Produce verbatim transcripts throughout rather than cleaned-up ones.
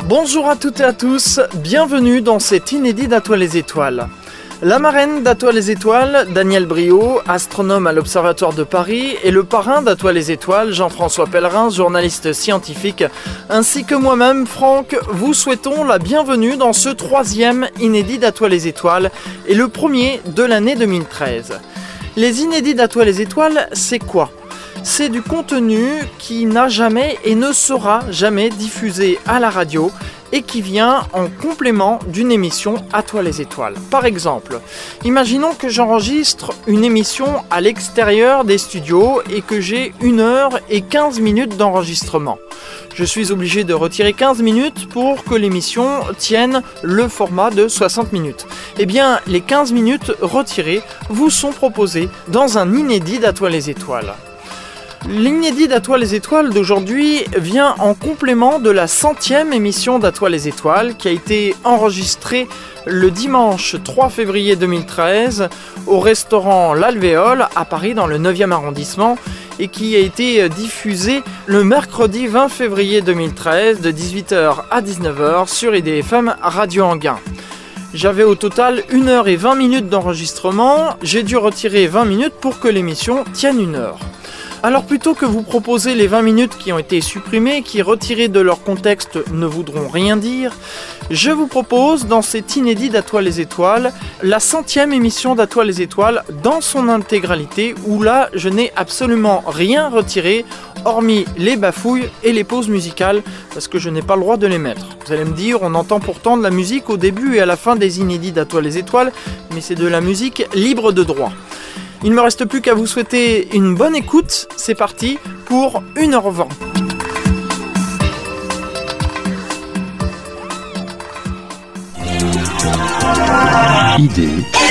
Bonjour à toutes et à tous, bienvenue dans cet inédit d'À toi les étoiles. La marraine d'À toi les étoiles, Danielle Brio, astronome à l'Observatoire de Paris, et le parrain d'À toi les étoiles, Jean-François Pellerin, journaliste scientifique, ainsi que moi-même, Franck, vous souhaitons la bienvenue dans ce troisième inédit d'À toi les étoiles, et le premier de l'année deux mille treize. Les inédits d'À toi les étoiles, c'est quoi ? C'est du contenu qui n'a jamais et ne sera jamais diffusé à la radio et qui vient en complément d'une émission À toi les étoiles. Par exemple, imaginons que j'enregistre une émission à l'extérieur des studios et que j'ai une heure et quinze minutes d'enregistrement. Je suis obligé de retirer quinze minutes pour que l'émission tienne le format de soixante minutes. Eh bien, les quinze minutes retirées vous sont proposées dans un inédit d'À toi les étoiles. L'inédit d'À toi les étoiles d'aujourd'hui vient en complément de la centième émission d'À toi les étoiles qui a été enregistrée le dimanche trois février deux mille treize au restaurant L'Alvéole à Paris dans le neuvième arrondissement et qui a été diffusée le mercredi vingt février deux mille treize de dix-huit heures à dix-neuf heures sur I D F M Radio Anguin. J'avais au total une heure et vingt minutes d'enregistrement, j'ai dû retirer vingt minutes pour que l'émission tienne une heure. Alors plutôt que vous proposer les vingt minutes qui ont été supprimées, qui retirées de leur contexte ne voudront rien dire, je vous propose dans cet inédit d'À toi les étoiles, la centième émission d'À toi les étoiles dans son intégralité où là je n'ai absolument rien retiré hormis les bafouilles et les pauses musicales parce que je n'ai pas le droit de les mettre. Vous allez me dire, on entend pourtant de la musique au début et à la fin des inédits d'À toi les étoiles, mais c'est de la musique libre de droit. Il ne me reste plus qu'à vous souhaiter une bonne écoute, c'est parti pour une heure vingt. Idée.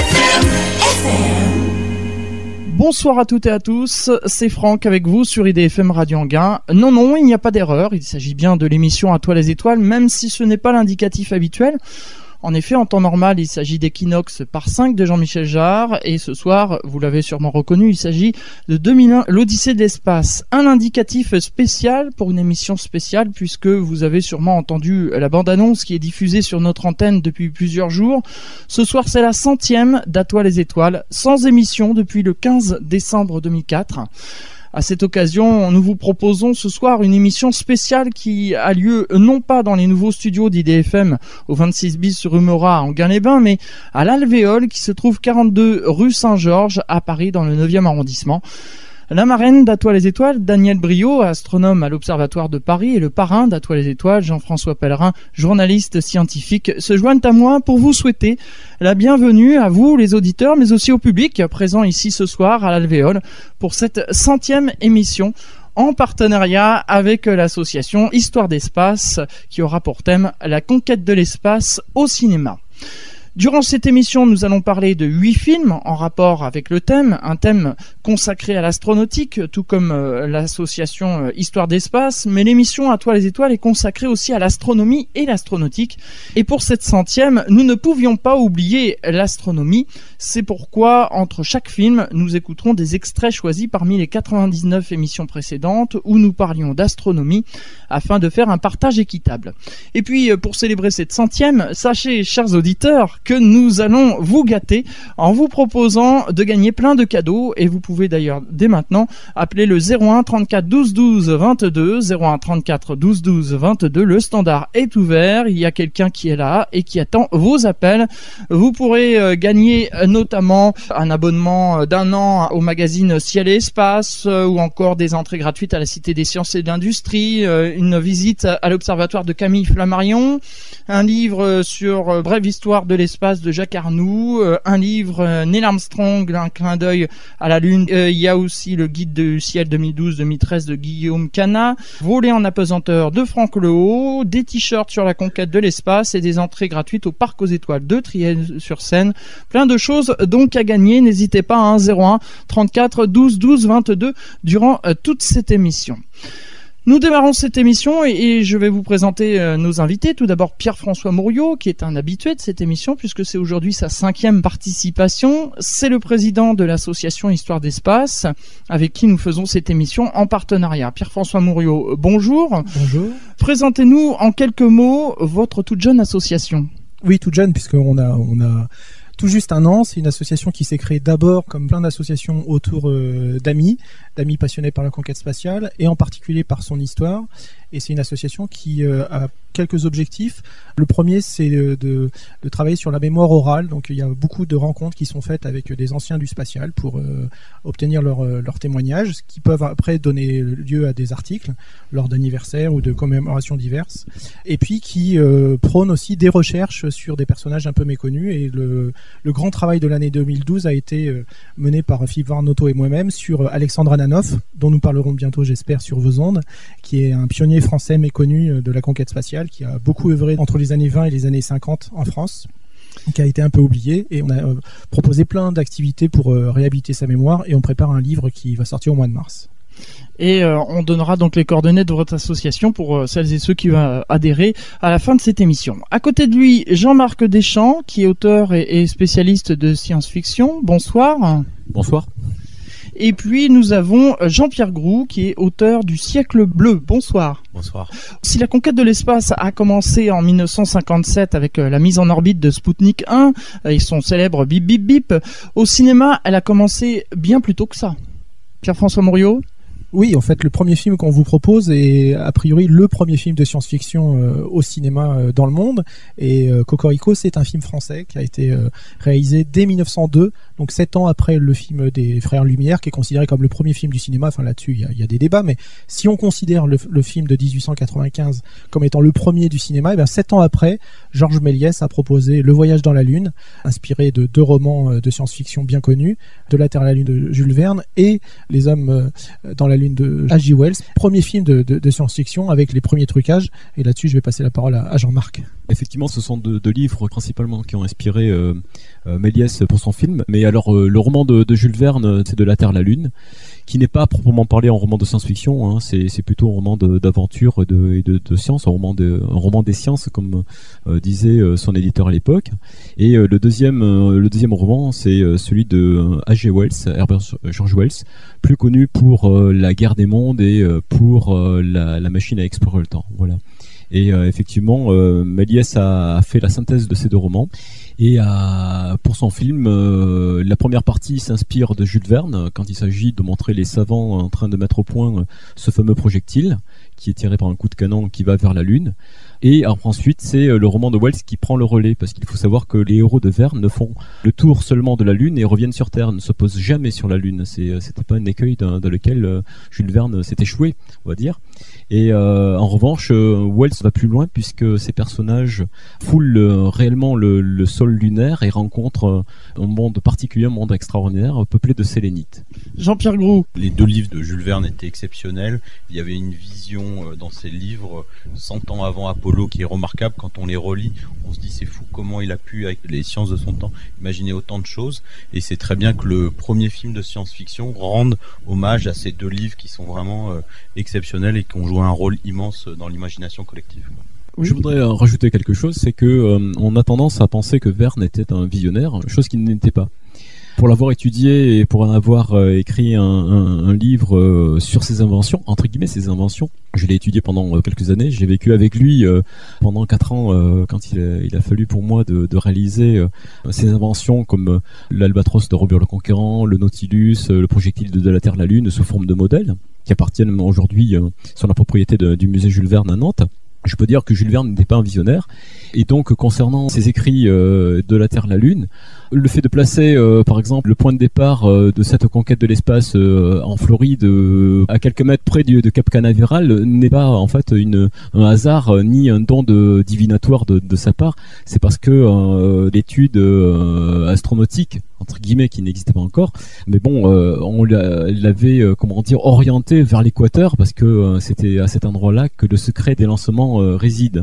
Bonsoir à toutes et à tous, c'est Franck avec vous sur I D F M Radio Anguin. Non, non, il n'y a pas d'erreur, il s'agit bien de l'émission À toi les étoiles, même si ce n'est pas l'indicatif habituel. En effet, en temps normal, il s'agit d'Equinox par cinq de Jean-Michel Jarre et ce soir, vous l'avez sûrement reconnu, il s'agit de deux mille un, l'Odyssée de l'espace. Un indicatif spécial pour une émission spéciale puisque vous avez sûrement entendu la bande-annonce qui est diffusée sur notre antenne depuis plusieurs jours. Ce soir, c'est la centième d'À toi les étoiles, sans émission depuis le quinze décembre deux mille quatre. À cette occasion, nous vous proposons ce soir une émission spéciale qui a lieu non pas dans les nouveaux studios d'I D F M au vingt-six bis rue Meurat à Anguin-les-Bains, mais à l'Alvéole qui se trouve quarante-deux rue Saint-Georges à Paris dans le neuvième arrondissement. La marraine d'À toi les étoiles, Danielle Brio, astronome à l'Observatoire de Paris, et le parrain d'À toi les étoiles, Jean-François Pellerin, journaliste scientifique, se joignent à moi pour vous souhaiter la bienvenue à vous, les auditeurs, mais aussi au public présent ici ce soir à l'Alvéole pour cette centième émission en partenariat avec l'association Histoire d'Espace qui aura pour thème la conquête de l'espace au cinéma. Durant cette émission, nous allons parler de huit films en rapport avec le thème, un thème consacré à l'astronautique, tout comme euh, l'association euh, Histoire d'Espace, mais l'émission À toi les étoiles est consacrée aussi à l'astronomie et l'astronautique. Et pour cette centième, nous ne pouvions pas oublier l'astronomie. C'est pourquoi, entre chaque film, nous écouterons des extraits choisis parmi les quatre-vingt-dix-neuf émissions précédentes où nous parlions d'astronomie afin de faire un partage équitable. Et puis, pour célébrer cette centième, sachez, chers auditeurs, que nous allons vous gâter en vous proposant de gagner plein de cadeaux et vous pouvez d'ailleurs dès maintenant appeler le zéro un trente-quatre douze douze vingt-deux, zéro un trente-quatre douze douze vingt-deux, le standard est ouvert, il y a quelqu'un qui est là et qui attend vos appels. Vous pourrez euh, gagner euh, notamment un abonnement euh, d'un an au magazine Ciel et Espace euh, ou encore des entrées gratuites à la Cité des Sciences et de l'Industrie, euh, une visite à l'Observatoire de Camille Flammarion, un livre sur euh, brève histoire de l'espace de Jacques Arnoux, euh, un livre euh, Neil Armstrong, un clin d'œil à la Lune. Euh, il y a aussi le guide du ciel deux mille douze deux mille treize de Guillaume Canat, voler en apesanteur de Franck Lehaut, des t-shirts sur la conquête de l'espace et des entrées gratuites au Parc aux Étoiles de Triel-sur-Seine. Plein de choses donc à gagner. N'hésitez pas à un zéro un trente-quatre douze douze vingt-deux durant euh, toute cette émission. Nous démarrons cette émission et, et je vais vous présenter euh, nos invités. Tout d'abord Pierre-François Mouriot, qui est un habitué de cette émission puisque c'est aujourd'hui sa cinquième participation. C'est le président de l'association Histoire d'Espace avec qui nous faisons cette émission en partenariat. Pierre-François Mouriot, bonjour. Bonjour. Présentez-nous en quelques mots votre toute jeune association. Oui, toute jeune puisqu'on a, on a tout juste un an. C'est une association qui s'est créée d'abord comme plein d'associations autour euh, d'amis, d'amis passionnés par la conquête spatiale et en particulier par son histoire. Et c'est une association qui euh, a quelques objectifs. Le premier, c'est de, de, de travailler sur la mémoire orale. Donc il y a beaucoup de rencontres qui sont faites avec des anciens du spatial pour euh, obtenir leur, leur témoignage, ce qui peuvent après donner lieu à des articles lors d'anniversaires ou de commémorations diverses. Et puis qui euh, prônent aussi des recherches sur des personnages un peu méconnus. Et le, le grand travail de l'année deux mille douze a été euh, mené par Philippe Varnoto et moi-même sur Alexandre Ananov, dont nous parlerons bientôt, j'espère, sur vos ondes, qui est un pionnier français méconnu de la conquête spatiale, qui a beaucoup œuvré entre les années vingt et les années cinquante en France, qui a été un peu oublié, et on a euh, proposé plein d'activités pour euh, réhabiliter sa mémoire, et on prépare un livre qui va sortir au mois de mars. Et euh, on donnera donc les coordonnées de votre association pour euh, celles et ceux qui vont adhérer à la fin de cette émission. À côté de lui, Jean-Marc Deschamps, qui est auteur et, et spécialiste de science-fiction. Bonsoir. Bonsoir. Et puis nous avons Jean-Pierre Groux, qui est auteur du Siècle bleu. Bonsoir. Bonsoir. Si la conquête de l'espace a commencé en mille neuf cent cinquante-sept avec la mise en orbite de Sputnik un et son célèbre bip bip bip, au cinéma, elle a commencé bien plus tôt que ça. Pierre-François Mouriot ? Oui, en fait, le premier film qu'on vous propose est a priori le premier film de science-fiction euh, au cinéma euh, dans le monde. Et euh, Cocorico, c'est un film français qui a été euh, réalisé dès mille neuf cent deux, donc sept ans après le film des Frères Lumière, qui est considéré comme le premier film du cinéma. Enfin, là-dessus, il y, y a des débats, mais si on considère le, le film de dix-huit cent quatre-vingt-quinze comme étant le premier du cinéma, et bien sept ans après, Georges Méliès a proposé Le Voyage dans la Lune, inspiré de deux romans euh, de science-fiction bien connus, De la Terre à la Lune de Jules Verne et Les Hommes euh, dans la Lune de H G Wells, premier film de, de, de science-fiction avec les premiers trucages. Et là-dessus, je vais passer la parole à, à Jean-Marc. Effectivement, ce sont deux, deux livres principalement qui ont inspiré euh, euh, Méliès pour son film. Mais alors, euh, le roman de, de Jules Verne, c'est De la Terre à la Lune, qui n'est pas à proprement parler un roman de science-fiction, hein, c'est, c'est plutôt un roman de, d'aventure et de, de, de science, un roman, de, un roman des sciences, comme euh, disait euh, son éditeur à l'époque. Et euh, le, deuxième, euh, le deuxième roman, c'est euh, celui de euh, H G Wells, Herbert George Wells, plus connu pour euh, La Guerre des mondes et euh, pour euh, la, la machine à explorer le temps. Voilà. Et euh, effectivement, euh, Méliès a, a fait la synthèse de ces deux romans. Et euh, pour son film, euh, la première partie s'inspire de Jules Verne quand il s'agit de montrer les savants en train de mettre au point ce fameux projectile qui est tiré par un coup de canon qui va vers la Lune. Et ensuite, c'est le roman de Wells qui prend le relais, parce qu'il faut savoir que les héros de Verne ne font le tour seulement de la Lune et reviennent sur Terre, ne se posent jamais sur la Lune. C'est, c'était pas un écueil dans, dans lequel Jules Verne s'est échoué, on va dire. Et euh, en revanche, Wells va plus loin puisque ces personnages foulent euh, réellement le, le sol lunaire et rencontrent euh, un monde particulier, un monde extraordinaire, peuplé de sélénites. Jean-Pierre Groux. Les deux livres de Jules Verne étaient exceptionnels. Il y avait une vision euh, dans ces livres cent ans avant Apollo qui est remarquable. Quand on les relit, on se dit c'est fou comment il a pu, avec les sciences de son temps, imaginer autant de choses. Et c'est très bien que le premier film de science-fiction rende hommage à ces deux livres qui sont vraiment euh, exceptionnels et qui ont joué un rôle immense dans l'imagination collective. Oui. Je voudrais euh, rajouter quelque chose, c'est que euh, on a tendance à penser que Verne était un visionnaire, chose qui n'était pas. Pour l'avoir étudié et pour en avoir euh, écrit un, un, un livre euh, sur ses inventions, entre guillemets ses inventions, je l'ai étudié pendant euh, quelques années, j'ai vécu avec lui euh, pendant quatre ans euh, quand il a, il a fallu pour moi de, de réaliser euh, ses inventions comme euh, l'Albatros de Robert le Conquérant, le Nautilus, euh, le projectile de, de la Terre à la Lune sous forme de modèles qui appartiennent aujourd'hui euh, sur la propriété de, du musée Jules Verne à Nantes. Je peux dire que Jules Verne n'était pas un visionnaire. Et donc, concernant ses écrits euh, de la Terre à la Lune, le fait de placer, euh, par exemple, le point de départ euh, de cette conquête de l'espace euh, en Floride, euh, à quelques mètres près du, de Cap Canaveral, n'est pas en fait une, un hasard euh, ni un don de, divinatoire de, de sa part. C'est parce que euh, l'étude euh, astronautique, entre guillemets, qui n'existait pas encore, mais bon, euh, on l'avait, euh, comment dire, orienté vers l'équateur parce que euh, c'était à cet endroit-là que le secret des lancements euh, réside.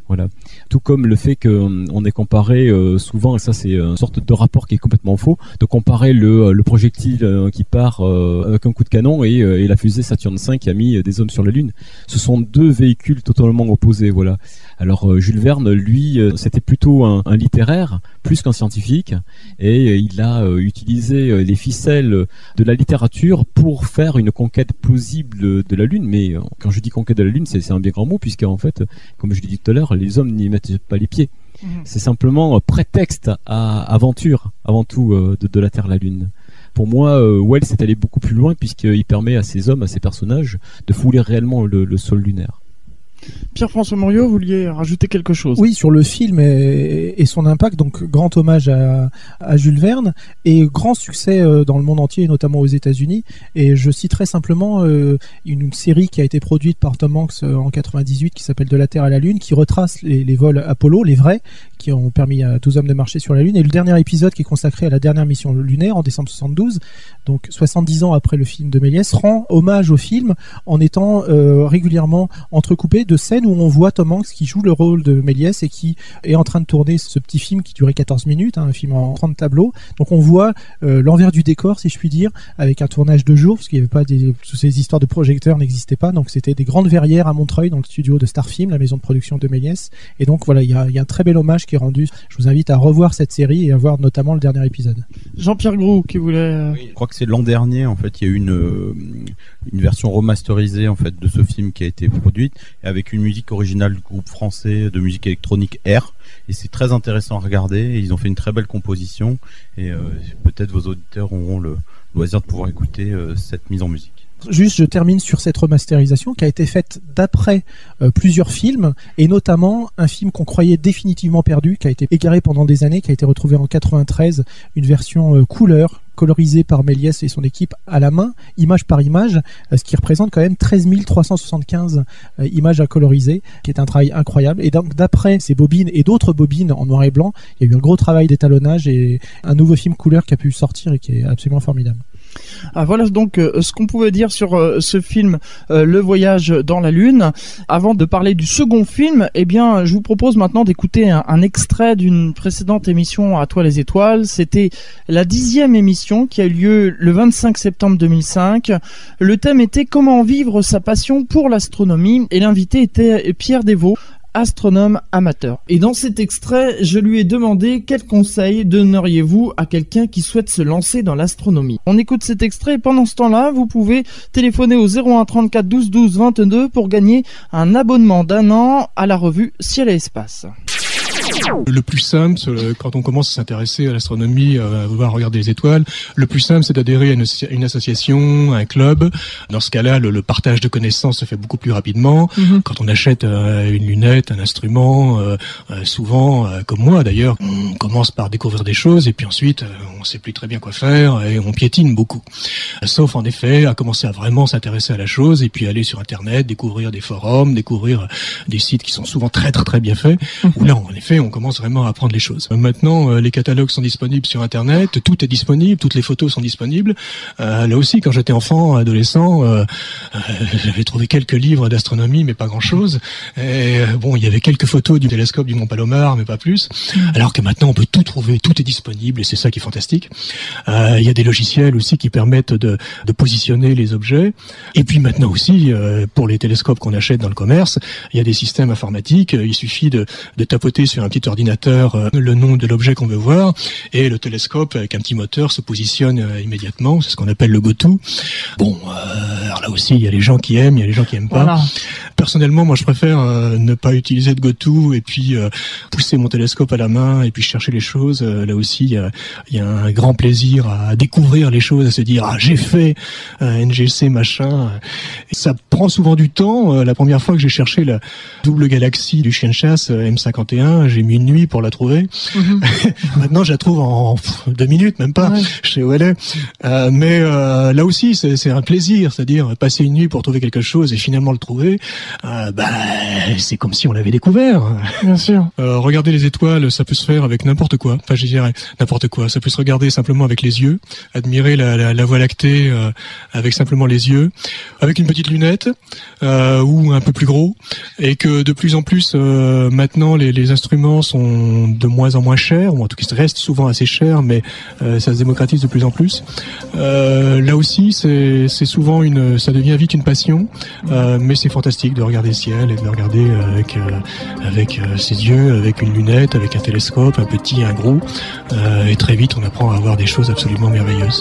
Voilà. Tout comme le fait qu'on est comparé euh, souvent, et ça c'est une sorte de rapport qui est complètement faux, de comparer le, le projectile euh, qui part euh, avec un coup de canon et, euh, et la fusée Saturne cinq qui a mis des hommes sur la Lune. Ce sont deux véhicules totalement opposés. Voilà. Alors euh, Jules Verne, lui, euh, c'était plutôt un, un littéraire plus qu'un scientifique, et euh, il a euh, utilisé euh, les ficelles de la littérature pour faire une conquête plausible de la Lune. Mais euh, quand je dis conquête de la Lune, c'est, c'est un bien grand mot, puisqu'en fait, comme je l'ai dit tout à l'heure, les hommes n'y mettent pas les pieds. Mmh. C'est simplement prétexte à aventure, avant tout, euh, de, de la Terre à la Lune. Pour moi, euh, Wells est allé beaucoup plus loin, puisqu'il permet à ces hommes, à ces personnages, de fouler réellement le, le sol lunaire. Pierre-François Mouriot, vous vouliez rajouter quelque chose? Oui, sur le film et, et son impact, donc grand hommage à, à Jules Verne et grand succès euh, dans le monde entier, et notamment aux États-Unis. Et je citerai simplement euh, une, une série qui a été produite par Tom Hanks euh, en quatre-vingt-dix-huit qui s'appelle De la Terre à la Lune, qui retrace les, les vols Apollo, les vrais, qui ont permis à douze hommes de marcher sur la Lune. Et le dernier épisode qui est consacré à la dernière mission lunaire en décembre soixante-douze, donc soixante-dix ans après le film de Méliès, rend hommage au film en étant euh, régulièrement entrecoupé de scènes où on voit Tom Hanks qui joue le rôle de Méliès et qui est en train de tourner ce petit film qui durait quatorze minutes, hein, un film en trente tableaux. Donc on voit euh, l'envers du décor, si je puis dire, avec un tournage de jour, parce qu'il n'y avait pas des, toutes ces histoires de projecteurs n'existaient pas, donc c'était des grandes verrières à Montreuil dans le studio de Starfilm, la maison de production de Méliès. Et donc voilà, il y a, y a un très bel hommage qui est rendu. Je vous invite à revoir cette série et à voir notamment le dernier épisode. Jean-Pierre Groux qui voulait... Euh... Oui, je crois que c'est l'an dernier, en fait, il y a eu une, une version remasterisée en fait, de ce film qui a été produite, avec une musique originale du groupe français de musique électronique R, et c'est très intéressant à regarder, et ils ont fait une très belle composition, et euh, peut-être vos auditeurs auront le loisir de pouvoir écouter euh, cette mise en musique. Juste, je termine sur cette remasterisation qui a été faite d'après euh, plusieurs films, et notamment un film qu'on croyait définitivement perdu, qui a été égaré pendant des années, qui a été retrouvé en quatre-vingt-treize, une version euh, couleur, colorisée par Méliès et son équipe à la main, image par image, ce qui représente quand même treize mille trois cent soixante-quinze euh, images à coloriser, qui est un travail incroyable. Et donc d'après ces bobines et d'autres bobines en noir et blanc, il y a eu un gros travail d'étalonnage et un nouveau film couleur qui a pu sortir et qui est absolument formidable. Ah, voilà donc euh, ce qu'on pouvait dire sur euh, ce film euh, Le Voyage dans la Lune. Avant de parler du second film, eh bien, je vous propose maintenant d'écouter un, un extrait d'une précédente émission À toi les étoiles. C'était la dixième émission qui a eu lieu le vingt-cinq septembre deux mille cinq. Le thème était comment vivre sa passion pour l'astronomie et l'invité était Pierre Desvaux, astronome amateur. Et dans cet extrait, je lui ai demandé quel conseil donneriez-vous à quelqu'un qui souhaite se lancer dans l'astronomie. On écoute cet extrait et pendant ce temps-là, vous pouvez téléphoner au zéro un trente-quatre douze douze vingt-deux pour gagner un abonnement d'un an à la revue Ciel et Espace. Le plus simple, quand on commence à s'intéresser à l'astronomie, à vouloir regarder les étoiles, le plus simple, c'est d'adhérer à une, une association, à un club. Dans ce cas-là, le, le partage de connaissances se fait beaucoup plus rapidement. Mm-hmm. Quand on achète euh, une lunette, un instrument, euh, euh, souvent, euh, comme moi d'ailleurs, on commence par découvrir des choses et puis ensuite, euh, on sait plus très bien quoi faire et on piétine beaucoup. Sauf en effet à commencer à vraiment s'intéresser à la chose et puis aller sur Internet, découvrir des forums, découvrir des sites qui sont souvent très très très bien faits. Mm-hmm. Où là, en effet, on commence vraiment à apprendre les choses. Maintenant, euh, les catalogues sont disponibles sur Internet, tout est disponible, toutes les photos sont disponibles. Euh, là aussi, quand j'étais enfant, adolescent, euh, euh, j'avais trouvé quelques livres d'astronomie, mais pas grand-chose. Et euh, bon, il y avait quelques photos du télescope du Mont Palomar, mais pas plus. Alors que maintenant, on peut tout trouver, tout est disponible, et c'est ça qui est fantastique. Euh, il y a des logiciels aussi qui permettent de, de positionner les objets. Et puis maintenant aussi, euh, pour les télescopes qu'on achète dans le commerce, il y a des systèmes informatiques. Il suffit de, de tapoter sur un petit ordinateur euh, le nom de l'objet qu'on veut voir et le télescope avec un petit moteur se positionne euh, immédiatement. C'est ce qu'on appelle le go-to. Bon, euh, alors là aussi il y a les gens qui aiment, il y a les gens qui aiment pas. Voilà. Personnellement, moi je préfère euh, ne pas utiliser de go-to et puis euh, pousser mon télescope à la main et puis chercher les choses. Euh, là aussi il y a, y a un grand plaisir à découvrir les choses, à se dire ah j'ai fait un N G C machin. Et ça prend souvent du temps. Euh, la première fois que j'ai cherché la double galaxie du chien de chasse euh, M cinquante et un, j'ai mis une nuit pour la trouver. Mm-hmm. Maintenant, je la trouve en pff, deux minutes, même pas. Ouais. Je sais où elle est. Euh, mais euh, là aussi, c'est, c'est un plaisir, c'est-à-dire passer une nuit pour trouver quelque chose et finalement le trouver. euh, bah, c'est comme si on l'avait découvert. Bien sûr. Euh, regarder les étoiles, ça peut se faire avec n'importe quoi. Enfin, je dirais n'importe quoi. Ça peut se regarder simplement avec les yeux, admirer la, la, la Voie lactée euh, avec simplement les yeux, avec une petite lunette euh, ou un peu plus gros, et que de plus en plus euh, maintenant les, les instruments sont de moins en moins chers, ou en tout cas restent souvent assez chers, mais euh, ça se démocratise de plus en plus. Euh, là aussi, c'est, c'est souvent une, ça devient vite une passion, euh, mais c'est fantastique de regarder le ciel et de le regarder avec euh, avec euh, ses yeux, avec une lunette, avec un télescope, un petit, un gros, euh, et très vite on apprend à voir des choses absolument merveilleuses.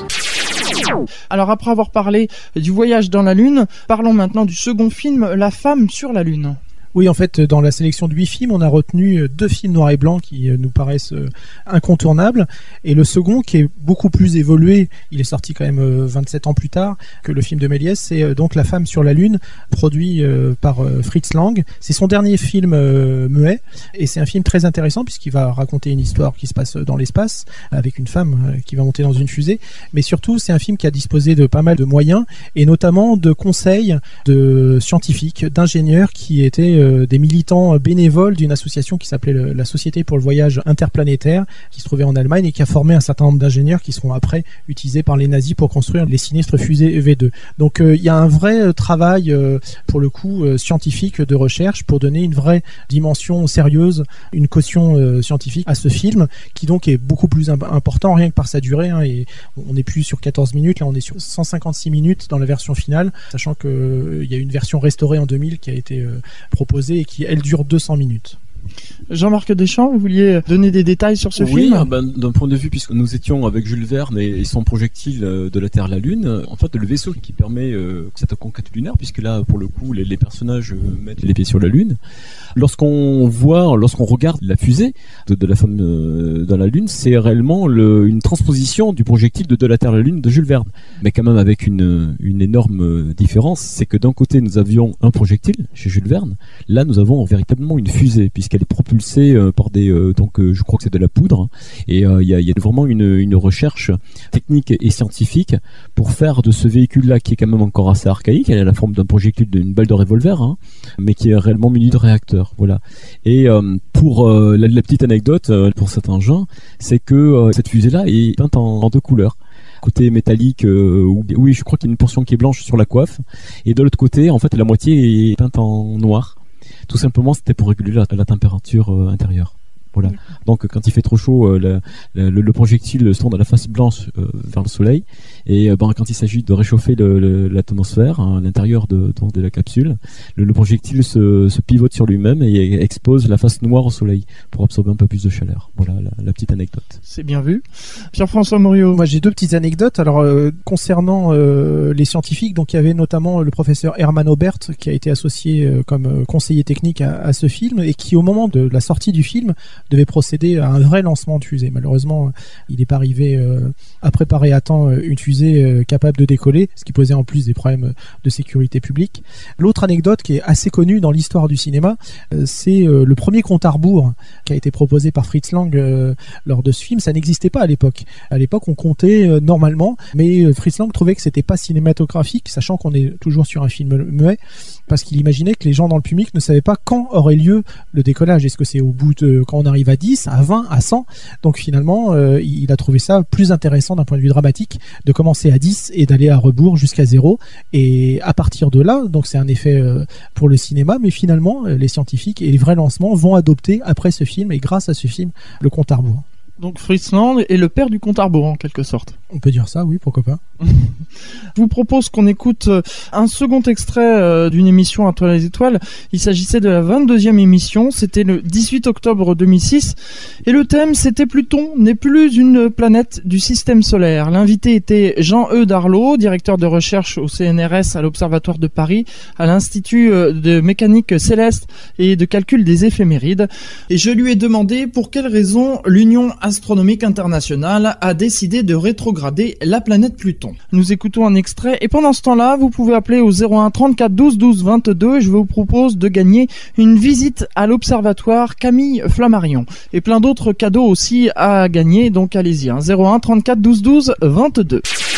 Alors après avoir parlé du voyage dans la Lune, parlons maintenant du second film, La femme sur la Lune. Oui, en fait, dans la sélection de huit films, on a retenu deux films noirs et blancs qui nous paraissent incontournables. Et le second, qui est beaucoup plus évolué, il est sorti quand même vingt-sept ans plus tard que le film de Méliès, c'est donc La femme sur la Lune, produit par Fritz Lang. C'est son dernier film muet, et c'est un film très intéressant puisqu'il va raconter une histoire qui se passe dans l'espace, avec une femme qui va monter dans une fusée. Mais surtout, c'est un film qui a disposé de pas mal de moyens, et notamment de conseils de scientifiques, d'ingénieurs qui étaient des militants bénévoles d'une association qui s'appelait la Société pour le voyage interplanétaire, qui se trouvait en Allemagne et qui a formé un certain nombre d'ingénieurs qui seront après utilisés par les nazis pour construire les sinistres fusées V deux. Donc il euh, y a un vrai travail, euh, pour le coup, euh, scientifique de recherche pour donner une vraie dimension sérieuse, une caution euh, scientifique à ce film, qui donc est beaucoup plus imp- important rien que par sa durée, hein, et on n'est plus sur quatorze minutes, là on est sur cent cinquante-six minutes dans la version finale, sachant qu'il euh, y a une version restaurée en deux mille qui a été euh, proposée et qui, elle, dure deux cents minutes. Jean-Marc Deschamps, vous vouliez donner des détails sur ce oui, film ? ben, d'un point de vue, puisque nous étions avec Jules Verne et son projectile de la Terre à la Lune, en fait, le vaisseau qui permet euh, cette conquête lunaire, puisque là, pour le coup, les, les personnages mettent les pieds sur la Lune. Lorsqu'on voit, lorsqu'on regarde la fusée de, de la femme euh, dans la Lune, c'est réellement le, une transposition du projectile de, de la Terre à la Lune de Jules Verne. Mais quand même avec une, une énorme différence, c'est que d'un côté, nous avions un projectile chez Jules Verne. Là, nous avons véritablement une fusée, puisqu'elle est propulsée euh, par des, euh, donc euh, je crois que c'est de la poudre. Et il euh, y, a, y a vraiment une, une recherche technique et scientifique pour faire de ce véhicule-là, qui est quand même encore assez archaïque, elle a la forme d'un projectile, d'une balle de revolver, hein, mais qui est réellement muni de réacteurs. Voilà. Et euh, pour euh, la, la petite anecdote euh, pour cet engin, c'est que euh, cette fusée-là est peinte en, en deux couleurs. Côté métallique, euh, où, oui, je crois qu'il y a une portion qui est blanche sur la coiffe, et de l'autre côté, en fait, la moitié est peinte en noir. Tout simplement, c'était pour réguler la, la température euh, intérieure. Voilà. Donc quand il fait trop chaud, euh, le, le, le projectile se tourne à la face blanche euh, vers le soleil, et euh, ben, quand il s'agit de réchauffer le, le, l'atmosphère, hein, l'intérieur de, de, de la capsule, le, le projectile se, se pivote sur lui-même et expose la face noire au soleil pour absorber un peu plus de chaleur. Voilà la, la petite anecdote. C'est bien vu. Pierre-François Morio. Moi j'ai deux petites anecdotes. Alors euh, concernant euh, les scientifiques, donc il y avait notamment le professeur Hermann Obert qui a été associé euh, comme euh, conseiller technique à, à ce film, et qui au moment de la sortie du film devait procéder à un vrai lancement de fusée. Malheureusement, il n'est pas arrivé euh, à préparer à temps une fusée euh, capable de décoller, ce qui posait en plus des problèmes de sécurité publique. L'autre anecdote qui est assez connue dans l'histoire du cinéma, euh, c'est euh, le premier compte à rebours qui a été proposé par Fritz Lang euh, lors de ce film. Ça n'existait pas à l'époque. À l'époque, on comptait euh, normalement, mais euh, Fritz Lang trouvait que c'était pas cinématographique, sachant qu'on est toujours sur un film muet, parce qu'il imaginait que les gens dans le public ne savaient pas quand aurait lieu le décollage. Est-ce que c'est au bout de, quand on arrive à dix, à vingt, à cent? Donc finalement, euh, il a trouvé ça plus intéressant d'un point de vue dramatique de commencer à dix et d'aller à rebours jusqu'à zéro. Et à partir de là, donc c'est un effet euh, pour le cinéma, mais finalement, les scientifiques et les vrais lancements vont adopter après ce film, et grâce à ce film, le compte à rebours. Donc Fritz Lang est le père du compte à rebours en quelque sorte. On peut dire ça, oui, pourquoi pas. Je vous propose qu'on écoute un second extrait d'une émission à Toi les étoiles. Il s'agissait de la vingt-deuxième émission, c'était le dix-huit octobre deux mille six, et le thème c'était Pluton n'est plus une planète du système solaire. L'invité était Jean-E Darlot, directeur de recherche au C N R S à l'Observatoire de Paris, à l'Institut de mécanique céleste et de calcul des éphémérides, et je lui ai demandé pour quelles raisons l'Union astronomique internationale a décidé de rétrograder la planète Pluton. Nous écoutons un extrait, et pendant ce temps-là, vous pouvez appeler au zéro un trente-quatre douze douze vingt-deux, et je vous propose de gagner une visite à l'Observatoire Camille Flammarion, et plein d'autres cadeaux aussi à gagner, donc allez-y, hein, zéro un trente-quatre douze douze vingt-deux.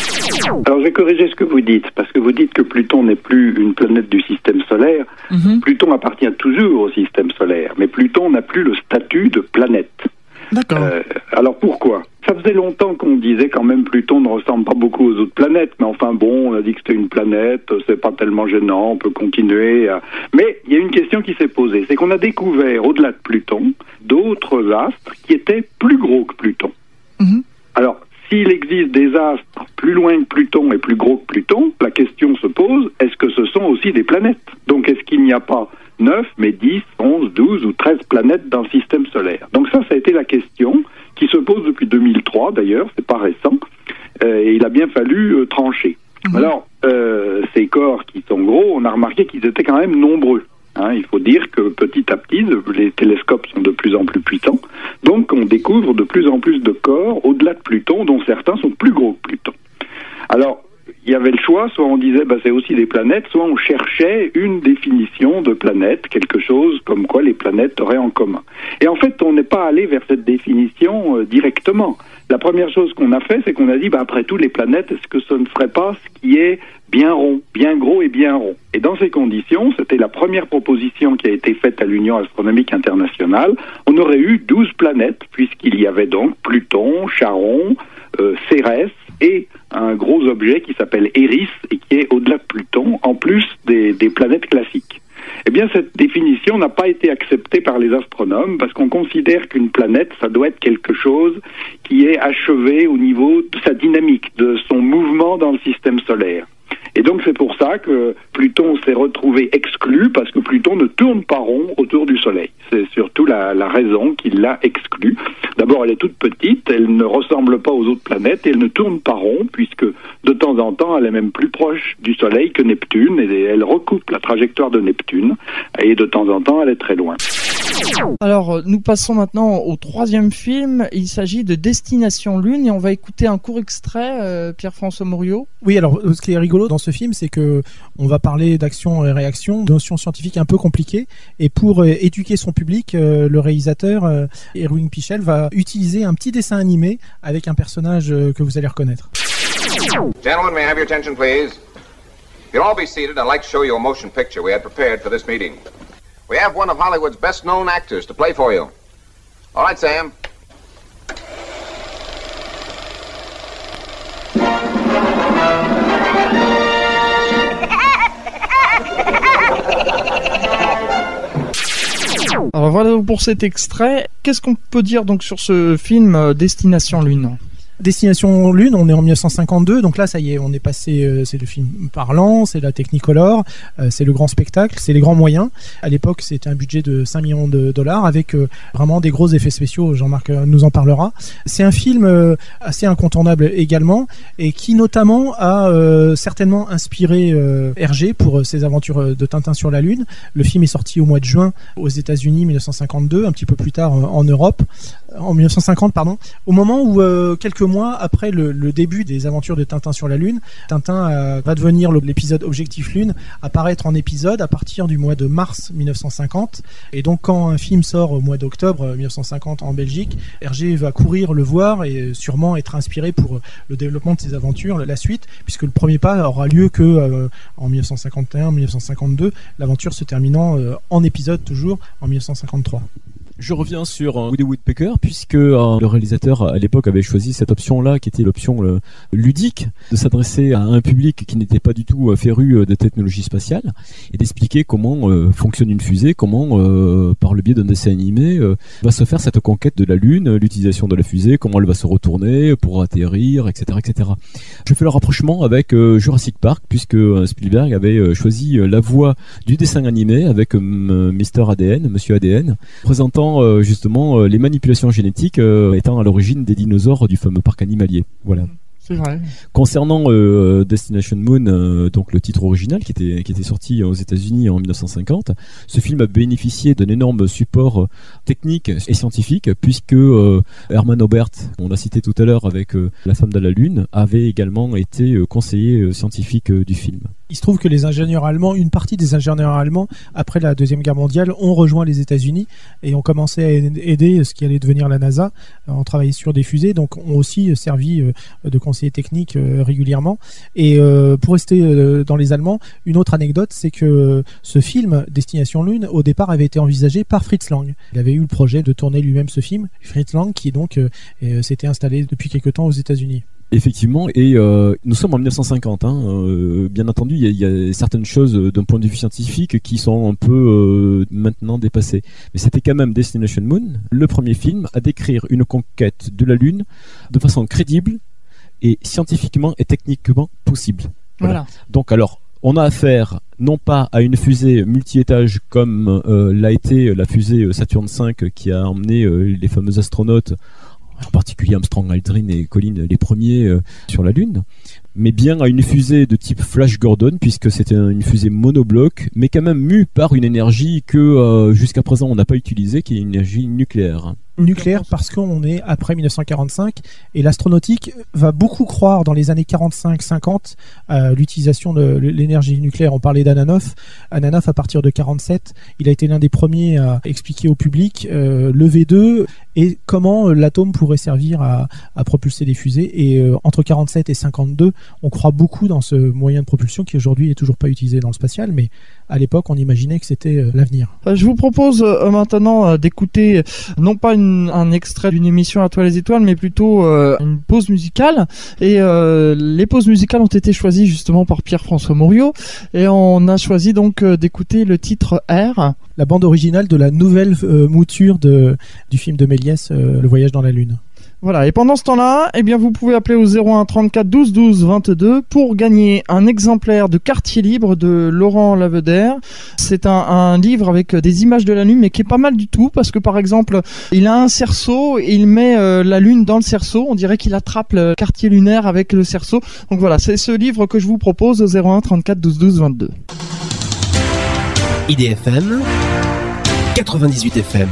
Alors, je vais corriger ce que vous dites, parce que vous dites que Pluton n'est plus une planète du système solaire. Mm-hmm. Pluton appartient toujours au système solaire, mais Pluton n'a plus le statut de planète. D'accord. Euh, alors, pourquoi ? Ça faisait longtemps qu'on disait quand même Pluton ne ressemble pas beaucoup aux autres planètes, mais enfin bon, on a dit que c'était une planète, c'est pas tellement gênant, on peut continuer. À... Mais il y a une question qui s'est posée, c'est qu'on a découvert au-delà de Pluton d'autres astres qui étaient plus gros que Pluton. Mm-hmm. Alors, s'il existe des astres plus loin que Pluton et plus gros que Pluton, la question se pose, est-ce que ce sont aussi des planètes ? Donc est-ce qu'il n'y a pas neuf, mais dix, onze, douze ou treize planètes dans le système solaire ? Donc ça, ça a été la question qui se pose depuis deux mille trois d'ailleurs, c'est pas récent, euh, et il a bien fallu euh, trancher. Mmh. Alors, euh, ces corps qui sont gros, on a remarqué qu'ils étaient quand même nombreux. Hein, il faut dire que petit à petit, les télescopes sont de plus en plus puissants, donc on découvre de plus en plus de corps au-delà de Pluton, dont certains sont plus gros que Pluton. Alors, il y avait le choix, soit on disait bah, c'est aussi des planètes, soit on cherchait une définition de planète, quelque chose comme quoi les planètes auraient en commun. Et en fait, on n'est pas allé vers cette définition euh, directement. La première chose qu'on a fait, c'est qu'on a dit, bah, après tout, les planètes, est-ce que ce ne serait pas ce qui est bien rond, bien gros et bien rond ? Et dans ces conditions, c'était la première proposition qui a été faite à l'Union astronomique internationale, on aurait eu douze planètes, puisqu'il y avait donc Pluton, Charon, euh, Cérès, et un gros objet qui s'appelle Eris et qui est au-delà de Pluton, en plus des, des planètes classiques. Eh bien, cette définition n'a pas été acceptée par les astronomes parce qu'on considère qu'une planète, ça doit être quelque chose qui est achevé au niveau de sa dynamique, de son mouvement dans le système solaire. Et donc c'est pour ça que Pluton s'est retrouvé exclu, parce que Pluton ne tourne pas rond autour du Soleil. C'est surtout la, la raison qui l'a exclu. D'abord, elle est toute petite, elle ne ressemble pas aux autres planètes, et elle ne tourne pas rond, puisque de temps en temps, elle est même plus proche du Soleil que Neptune, et elle recoupe la trajectoire de Neptune, et de temps en temps, elle est très loin. Alors, nous passons maintenant au troisième film. Il s'agit de Destination Lune et on va écouter un court extrait, euh, Pierre-François Mouriot. Oui, alors ce qui est rigolo dans ce film, c'est que on va parler d'action et réaction, de notions scientifiques un peu compliquées. Et pour euh, éduquer son public, euh, le réalisateur euh, Irving Pichel va utiliser un petit dessin animé avec un personnage euh, que vous allez reconnaître. Gentlemen, may I have your attention, please? You'll all be seated. I'd like to show you a motion picture we had prepared for this meeting. We have one of Hollywood's best-known actors to play for you. All right, Sam. Alors voilà pour cet extrait. Qu'est-ce qu'on peut dire donc sur ce film euh, Destination Lune ? Destination Lune, on est en dix-neuf cent cinquante-deux, donc là ça y est, on est passé, euh, c'est le film parlant, c'est la Technicolor, euh, c'est le grand spectacle, c'est les grands moyens. À l'époque, c'était un budget de cinq millions de dollars avec euh, vraiment des gros effets spéciaux, Jean-Marc nous en parlera. C'est un film euh, assez incontournable également et qui notamment a euh, certainement inspiré euh, Hergé pour euh, ses aventures de Tintin sur la Lune. Le film est sorti au mois de juin aux États-Unis dix-neuf cent cinquante-deux, un petit peu plus tard euh, en Europe, en dix-neuf cent cinquante pardon, au moment où euh, quelques mois après le, le début des aventures de Tintin sur la Lune, Tintin euh, va devenir l'épisode Objectif Lune, apparaître en épisode à partir du mois de mars dix-neuf cent cinquante. Et donc quand un film sort au mois d'octobre dix-neuf cent cinquante en Belgique, Hergé va courir le voir et sûrement être inspiré pour le développement de ses aventures, la suite, puisque le premier pas aura lieu que euh, en dix-neuf cent cinquante et un dix-neuf cent cinquante-deux, l'aventure se terminant euh, en épisode toujours en dix-neuf cent cinquante-trois. Je reviens sur euh, Woody Woodpecker puisque euh, le réalisateur à l'époque avait choisi cette option-là qui était l'option euh, ludique de s'adresser à un public qui n'était pas du tout euh, féru euh, de technologie spatiale et d'expliquer comment euh, fonctionne une fusée, comment euh, par le biais d'un dessin animé euh, va se faire cette conquête de la Lune, l'utilisation de la fusée, comment elle va se retourner pour atterrir, et cetera, et cetera. Je fais le rapprochement avec euh, Jurassic Park puisque euh, Spielberg avait euh, choisi euh, la voix du dessin animé avec euh, Mister A D N, Monsieur A D N, présentant Euh, justement euh, les manipulations génétiques euh, étant à l'origine des dinosaures du fameux parc animalier. Voilà. C'est vrai. Concernant euh, Destination Moon, euh, donc le titre original qui était qui était sorti aux États-Unis en dix-neuf cent cinquante, ce film a bénéficié d'un énorme support euh, technique et scientifique puisque euh, Hermann Oberth, on l'a cité tout à l'heure avec euh, La femme de la Lune, avait également été euh, conseiller euh, scientifique euh, du film. Il se trouve que les ingénieurs allemands, une partie des ingénieurs allemands, après la Deuxième Guerre mondiale, ont rejoint les États-Unis et ont commencé à aider ce qui allait devenir la NASA, ont travaillé sur des fusées, donc ont aussi servi de conseillers techniques régulièrement. Et pour rester dans les Allemands, une autre anecdote, c'est que ce film, Destination Lune, au départ avait été envisagé par Fritz Lang. Il avait eu le projet de tourner lui-même ce film, Fritz Lang, qui donc euh, s'était installé depuis quelque temps aux États-Unis. Effectivement, et euh, nous sommes en mille neuf cent cinquante. Hein, euh, bien entendu, il y, y a certaines choses euh, d'un point de vue scientifique qui sont un peu euh, maintenant dépassées. Mais c'était quand même Destination Moon, le premier film à décrire une conquête de la Lune de façon crédible et scientifiquement et techniquement possible. Voilà. Voilà. Donc alors, on a affaire non pas à une fusée multi-étage comme euh, l'a été la fusée Saturn cinq qui a emmené euh, les fameux astronautes, en particulier Armstrong, Aldrin et Collins, les premiers euh, sur la Lune, mais bien à une fusée de type Flash Gordon, puisque c'était une fusée monobloc, mais quand même mue par une énergie que euh, jusqu'à présent on n'a pas utilisée, qui est une énergie nucléaire. Nucléaire parce qu'on est après mille neuf cent quarante-cinq et l'astronautique va beaucoup croire dans les années quarante-cinq cinquante à l'utilisation de l'énergie nucléaire. On parlait d'Ananoff. Ananoff, à partir de quarante-sept, il a été l'un des premiers à expliquer au public euh, le V deux et comment l'atome pourrait servir à, à propulser des fusées. Et euh, entre quarante-sept et cinquante-deux, on croit beaucoup dans ce moyen de propulsion qui aujourd'hui est toujours pas utilisé dans le spatial, mais à l'époque on imaginait que c'était euh, l'avenir. Je vous propose euh, maintenant euh, d'écouter non pas une un extrait d'une émission À toi les étoiles, mais plutôt euh, une pause musicale. Et euh, les pauses musicales ont été choisies justement par Pierre-François Mouriot. Et on a choisi donc euh, d'écouter le titre R. La bande originale de la nouvelle euh, mouture de, du film de Méliès, euh, Le Voyage dans la Lune. Voilà, et pendant ce temps-là, eh bien, vous pouvez appeler au zéro un trente-quatre douze douze vingt-deux pour gagner un exemplaire de Quartier Libre de Laurent Lavedère. C'est un, un livre avec des images de la Lune, mais qui est pas mal du tout, parce que par exemple, il a un cerceau et il met euh, la Lune dans le cerceau. On dirait qu'il attrape le quartier lunaire avec le cerceau. Donc voilà, c'est ce livre que je vous propose au zéro un trente-quatre douze douze vingt-deux. I D F M quatre-vingt-dix-huit F M.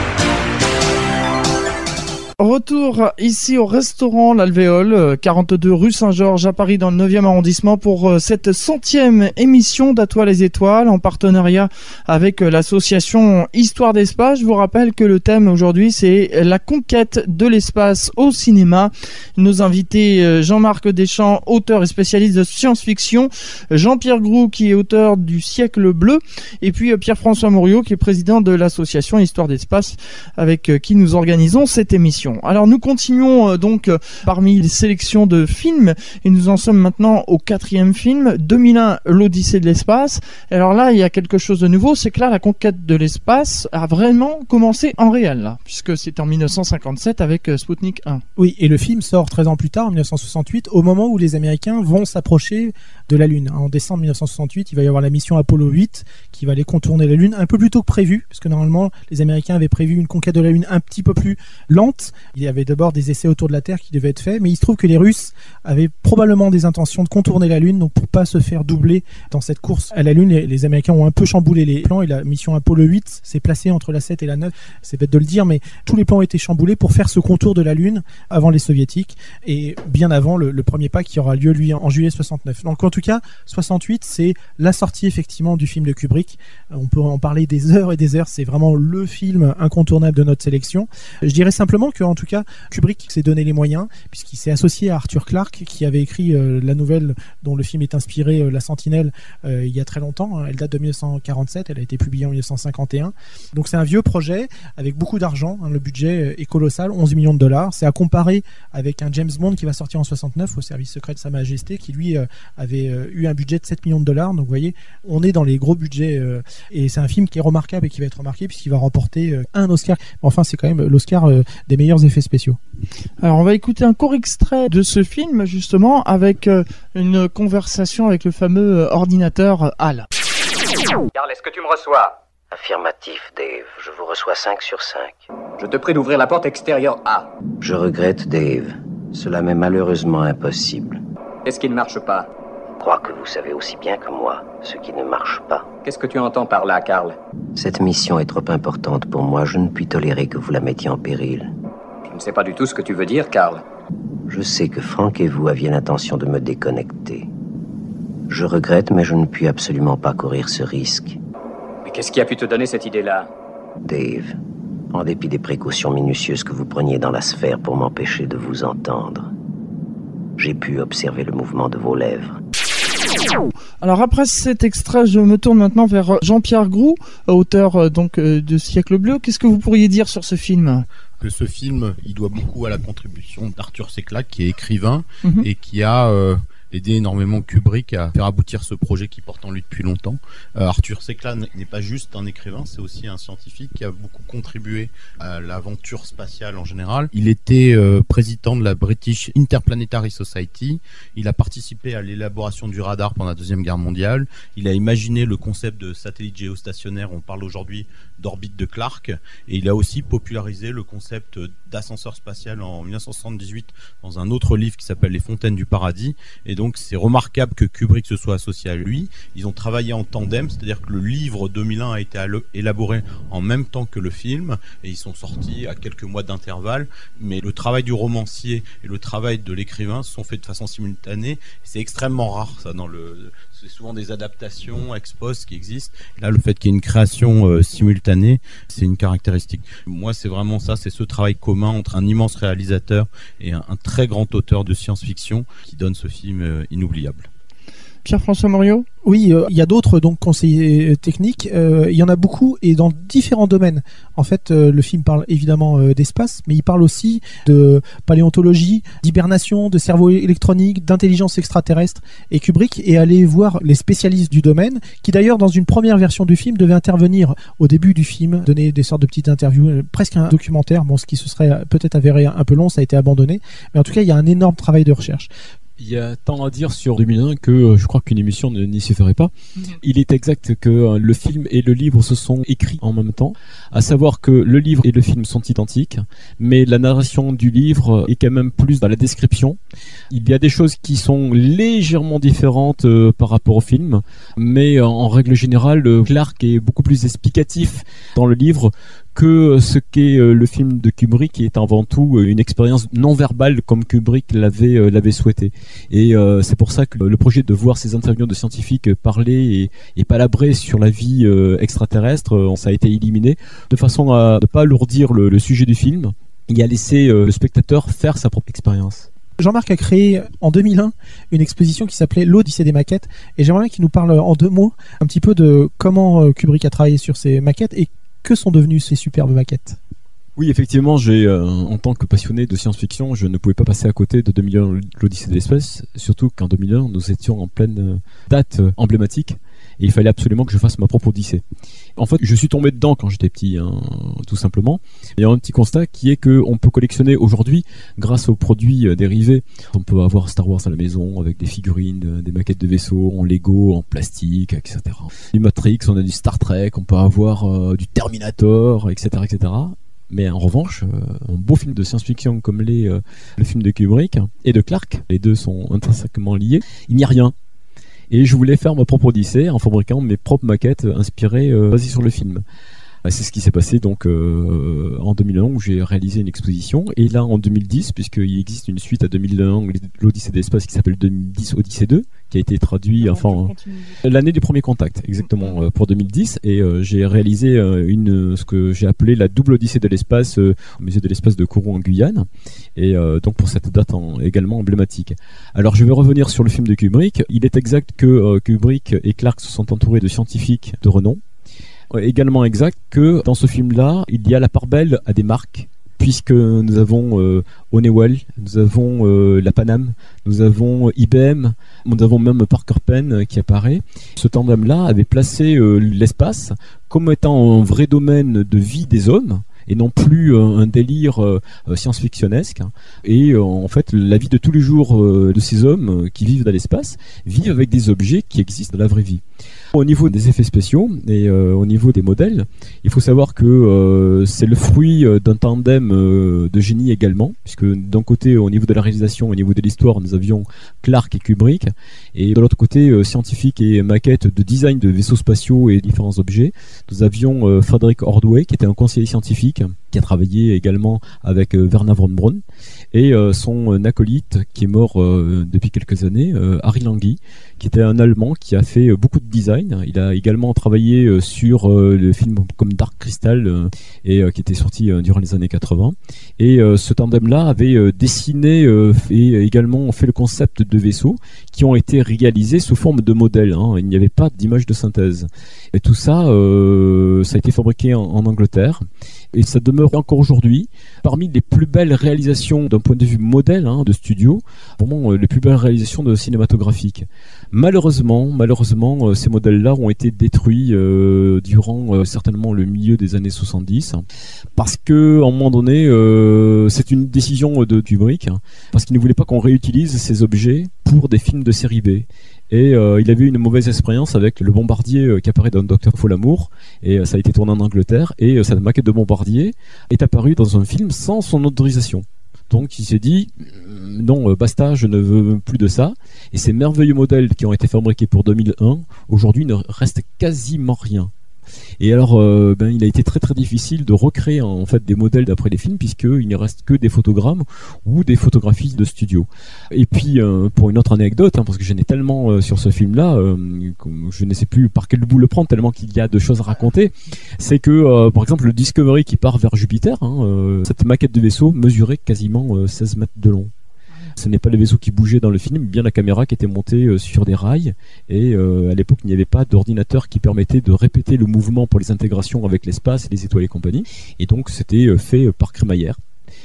Retour ici au restaurant L'Alvéole, quarante-deux rue Saint-Georges à Paris dans le neuvième arrondissement pour cette centième émission d'À toi les étoiles en partenariat avec l'association Histoire d'Espace. Je vous rappelle que le thème aujourd'hui c'est la conquête de l'espace au cinéma. Nos invités Jean-Marc Deschamps, auteur et spécialiste de science-fiction, Jean-Pierre Groux qui est auteur du Siècle bleu et puis Pierre-François Mouriot qui est président de l'association Histoire d'Espace avec qui nous organisons cette émission. Alors nous continuons euh, donc euh, parmi les sélections de films et nous en sommes maintenant au quatrième film, deux mille un, l'Odyssée de l'espace. Et alors là, il y a quelque chose de nouveau, c'est que là, la conquête de l'espace a vraiment commencé en réel, là, puisque c'était en mille neuf cent cinquante-sept avec euh, Sputnik un. Oui, et le film sort treize ans plus tard, en mille neuf cent soixante-huit, au moment où les Américains vont s'approcher de la Lune. En décembre mille neuf cent soixante-huit, il va y avoir la mission Apollo huit qui va aller contourner la Lune un peu plus tôt que prévu, parce que normalement, les Américains avaient prévu une conquête de la Lune un petit peu plus lente. Il y avait d'abord des essais autour de la Terre qui devaient être faits, mais il se trouve que les Russes avaient probablement des intentions de contourner la Lune, donc pour pas se faire doubler dans cette course à la Lune, les, les Américains ont un peu chamboulé les plans et la mission Apollo huit s'est placée entre la sept et la neuf. C'est bête de le dire, mais tous les plans ont été chamboulés pour faire ce contour de la Lune avant les Soviétiques et bien avant le, le premier pas qui aura lieu lui en juillet soixante-neuf. Donc en tout cas, soixante-huit, c'est la sortie effectivement du film de Kubrick. On peut en parler des heures et des heures, c'est vraiment le film incontournable de notre sélection. Je dirais simplement que en tout cas, Kubrick s'est donné les moyens puisqu'il s'est associé à Arthur Clarke qui avait écrit euh, la nouvelle dont le film est inspiré, euh, La Sentinelle, euh, il y a très longtemps. Hein. Elle date de mille neuf cent quarante-sept, elle a été publiée en mille neuf cent cinquante et un. Donc c'est un vieux projet avec beaucoup d'argent. Hein. Le budget est colossal, onze millions de dollars. C'est à comparer avec un James Bond qui va sortir en soixante-neuf au service secret de Sa Majesté qui lui euh, avait euh, eu un budget de sept millions de dollars. Donc vous voyez, on est dans les gros budgets euh, et c'est un film qui est remarquable et qui va être remarqué puisqu'il va remporter euh, un Oscar. Enfin, c'est quand même l'Oscar euh, des meilleurs effets spéciaux. Alors on va écouter un court extrait de ce film justement avec euh, une conversation avec le fameux euh, ordinateur euh, Hal. Carl, est-ce que tu me reçois? Affirmatif, Dave. Je vous reçois cinq sur cinq. Je te prie d'ouvrir la porte extérieure A. Je regrette, Dave. Cela m'est malheureusement impossible. Qu'est-ce qui ne marche pas? Je crois que vous savez aussi bien que moi ce qui ne marche pas. Qu'est-ce que tu entends par là, Carl? Cette mission est trop importante pour moi. Je ne puis tolérer que vous la mettiez en péril. Je ne sais pas du tout ce que tu veux dire, Carl. Je sais que Frank et vous aviez l'intention de me déconnecter. Je regrette, mais je ne puis absolument pas courir ce risque. Mais qu'est-ce qui a pu te donner cette idée-là? Dave, en dépit des précautions minutieuses que vous preniez dans la sphère pour m'empêcher de vous entendre, j'ai pu observer le mouvement de vos lèvres. Alors après cet extrait, je me tourne maintenant vers Jean-Pierre Groux, auteur donc de Siècle Bleu. Qu'est-ce que vous pourriez dire sur ce film ? Que ce film, il doit beaucoup à la contribution d'Arthur C. Clarke, qui est écrivain Mhm. et qui a euh, aidé énormément Kubrick à faire aboutir ce projet qui porte en lui depuis longtemps. Euh, Arthur C. Clarke n'est pas juste un écrivain, c'est aussi un scientifique qui a beaucoup contribué à l'aventure spatiale en général. Il était euh, président de la British Interplanetary Society. Il a participé à l'élaboration du radar pendant la Deuxième Guerre mondiale. Il a imaginé le concept de satellite géostationnaire, on parle aujourd'hui d'orbite de Clarke, et il a aussi popularisé le concept d'ascenseur spatial en dix-neuf cent soixante-dix-huit dans un autre livre qui s'appelle Les Fontaines du Paradis. Et donc c'est remarquable que Kubrick se soit associé à lui. Ils ont travaillé en tandem, c'est-à-dire que le livre deux mille un a été élaboré en même temps que le film, et ils sont sortis à quelques mois d'intervalle, mais le travail du romancier et le travail de l'écrivain se sont faits de façon simultanée. C'est extrêmement rare ça dans le... C'est souvent des adaptations ex post qui existent. Là, le fait qu'il y ait une création euh, simultanée, c'est une caractéristique. Moi, c'est vraiment ça, c'est ce travail commun entre un immense réalisateur et un, un très grand auteur de science-fiction qui donne ce film euh, inoubliable. Pierre-François Morio ? Oui, euh, il y a d'autres donc conseillers techniques. Euh, il y en a beaucoup et dans différents domaines. En fait, euh, le film parle évidemment euh, d'espace, mais il parle aussi de paléontologie, d'hibernation, de cerveau électronique, d'intelligence extraterrestre. Et Kubrick est allé voir les spécialistes du domaine, qui d'ailleurs dans une première version du film devaient intervenir au début du film, donner des sortes de petites interviews, euh, presque un documentaire. Bon, ce qui se serait peut-être avéré un peu long, ça a été abandonné. Mais en tout cas, il y a un énorme travail de recherche. Il y a tant à dire sur deux mille un que euh, je crois qu'une émission ne n'y suffirait pas. Mmh. Il est exact que euh, le film et le livre se sont écrits en même temps, à savoir que le livre et le film sont identiques, mais la narration du livre est quand même plus dans la description. Il y a des choses qui sont légèrement différentes euh, par rapport au film, mais euh, en règle générale, euh, Clarke est beaucoup plus explicatif dans le livre que ce qu'est euh, le film de Kubrick, qui est avant tout euh, une expérience non verbale comme Kubrick l'avait euh, l'avait souhaité. Et euh, c'est pour ça que le projet de voir ces interviews de scientifiques parler et, et palabrer sur la vie euh, extraterrestre, euh, ça a été éliminé de façon à ne pas alourdir le, le sujet du film et à laisser euh, le spectateur faire sa propre expérience. Jean-Marc a créé en deux mille un une exposition qui s'appelait l'Odyssée des maquettes, et j'aimerais bien qu'il nous parle en deux mots un petit peu de comment Kubrick a travaillé sur ces maquettes et que sont devenues ces superbes maquettes. Oui, effectivement, j'ai, euh, en tant que passionné de science-fiction, je ne pouvais pas passer à côté de deux mille un, l'Odyssée de l'espace, surtout qu'en deux mille un, nous étions en pleine date emblématique. Et il fallait absolument que je fasse ma propre Odyssée. En fait, je suis tombé dedans quand j'étais petit, hein, tout simplement. Il y a un petit constat qui est qu'on peut collectionner aujourd'hui, grâce aux produits euh, dérivés. On peut avoir Star Wars à la maison avec des figurines, euh, des maquettes de vaisseaux en Lego, en plastique, et cetera. Du Matrix, on a du Star Trek, on peut avoir euh, du Terminator, et cetera, et cetera. Mais en revanche, euh, un beau film de science-fiction comme les, euh, le film de Kubrick et de Clarke, les deux sont intrinsèquement liés, il n'y a rien. Et je voulais faire ma propre Odyssée en fabriquant mes propres maquettes inspirées, euh, basées sur le film. C'est ce qui s'est passé donc euh, en deux mille un où j'ai réalisé une exposition, et là en deux mille dix, puisqu'il existe une suite à deux mille un, l'Odyssée de l'espace, qui s'appelle deux mille dix Odyssée deux, qui a été traduit ah, enfin euh, l'année du premier contact exactement euh, pour deux mille dix, et euh, j'ai réalisé euh, une ce que j'ai appelé la double Odyssée de l'espace euh, au musée de l'espace de Kourou en Guyane, et euh, donc pour cette date en, également emblématique. Alors je vais revenir sur le film de Kubrick. Il est exact que euh, Kubrick et Clarke se sont entourés de scientifiques de renom. Également exact que dans ce film-là, il y a la part belle à des marques, puisque nous avons euh, Honeywell, nous avons euh, la Panam, nous avons I B M, nous avons même Parker Pen qui apparaît. Ce tandem-là avait placé euh, l'espace comme étant un vrai domaine de vie des hommes, et non plus euh, un délire euh, science-fictionnesque. Et euh, en fait, la vie de tous les jours euh, de ces hommes euh, qui vivent dans l'espace vivent avec des objets qui existent dans la vraie vie. Au niveau des effets spéciaux et euh, au niveau des modèles, il faut savoir que euh, c'est le fruit d'un tandem euh, de génie également, puisque d'un côté, au niveau de la réalisation, au niveau de l'histoire, nous avions Clarke et Kubrick, et de l'autre côté, euh, scientifique et maquette de design de vaisseaux spatiaux et différents objets, nous avions euh, Frederick Ordway, qui était un conseiller scientifique, qui a travaillé également avec euh, Wernher von Braun, et euh, son euh, acolyte qui est mort euh, depuis quelques années, euh, Harry Langui, qui était un Allemand qui a fait euh, beaucoup de design. Il a également travaillé euh, sur euh, le film comme Dark Crystal euh, et euh, qui était sorti euh, durant les années quatre-vingts. Et euh, ce tandem-là avait euh, dessiné euh, et également fait le concept de vaisseaux qui ont été réalisés sous forme de modèles. Hein. Il n'y avait pas d'image de synthèse. Et tout ça, euh, ça a été fabriqué en, en Angleterre. Et ça demeure encore aujourd'hui parmi les plus belles réalisations d'un point de vue modèle hein, de studio, vraiment euh, les plus belles réalisations de cinématographiques. Malheureusement, malheureusement, euh, ces modèles-là ont été détruits euh, durant euh, certainement le milieu des années soixante-dix, parce que à un moment donné, euh, c'est une décision de Kubrick, hein, parce qu'il ne voulait pas qu'on réutilise ces objets pour des films de série B. Et euh, il avait eu une mauvaise expérience avec le bombardier euh, qui apparaît dans Docteur Folamour, et euh, ça a été tourné en Angleterre, et euh, cette maquette de bombardier est apparue dans un film sans son autorisation. Donc il s'est dit, non, euh, basta, je ne veux plus de ça. Et ces merveilleux modèles qui ont été fabriqués pour deux mille un, aujourd'hui ne reste quasiment rien. Et alors, euh, ben, il a été très très difficile de recréer en fait des modèles d'après les films, puisqu'il ne reste que des photogrammes ou des photographies de studio. Et puis, euh, pour une autre anecdote, hein, parce que j'en ai tellement euh, sur ce film-là, euh, je ne sais plus par quel bout le prendre, tellement qu'il y a de choses à raconter, c'est que, euh, par exemple, le Discovery qui part vers Jupiter, hein, euh, cette maquette de vaisseau mesurait quasiment euh, seize mètres de long. Ce n'est pas les vaisseaux qui bougeaient dans le film, bien la caméra qui était montée euh, sur des rails. Et euh, à l'époque, il n'y avait pas d'ordinateur qui permettait de répéter le mouvement pour les intégrations avec l'espace, les étoiles et compagnie. Et donc, c'était euh, fait par crémaillère.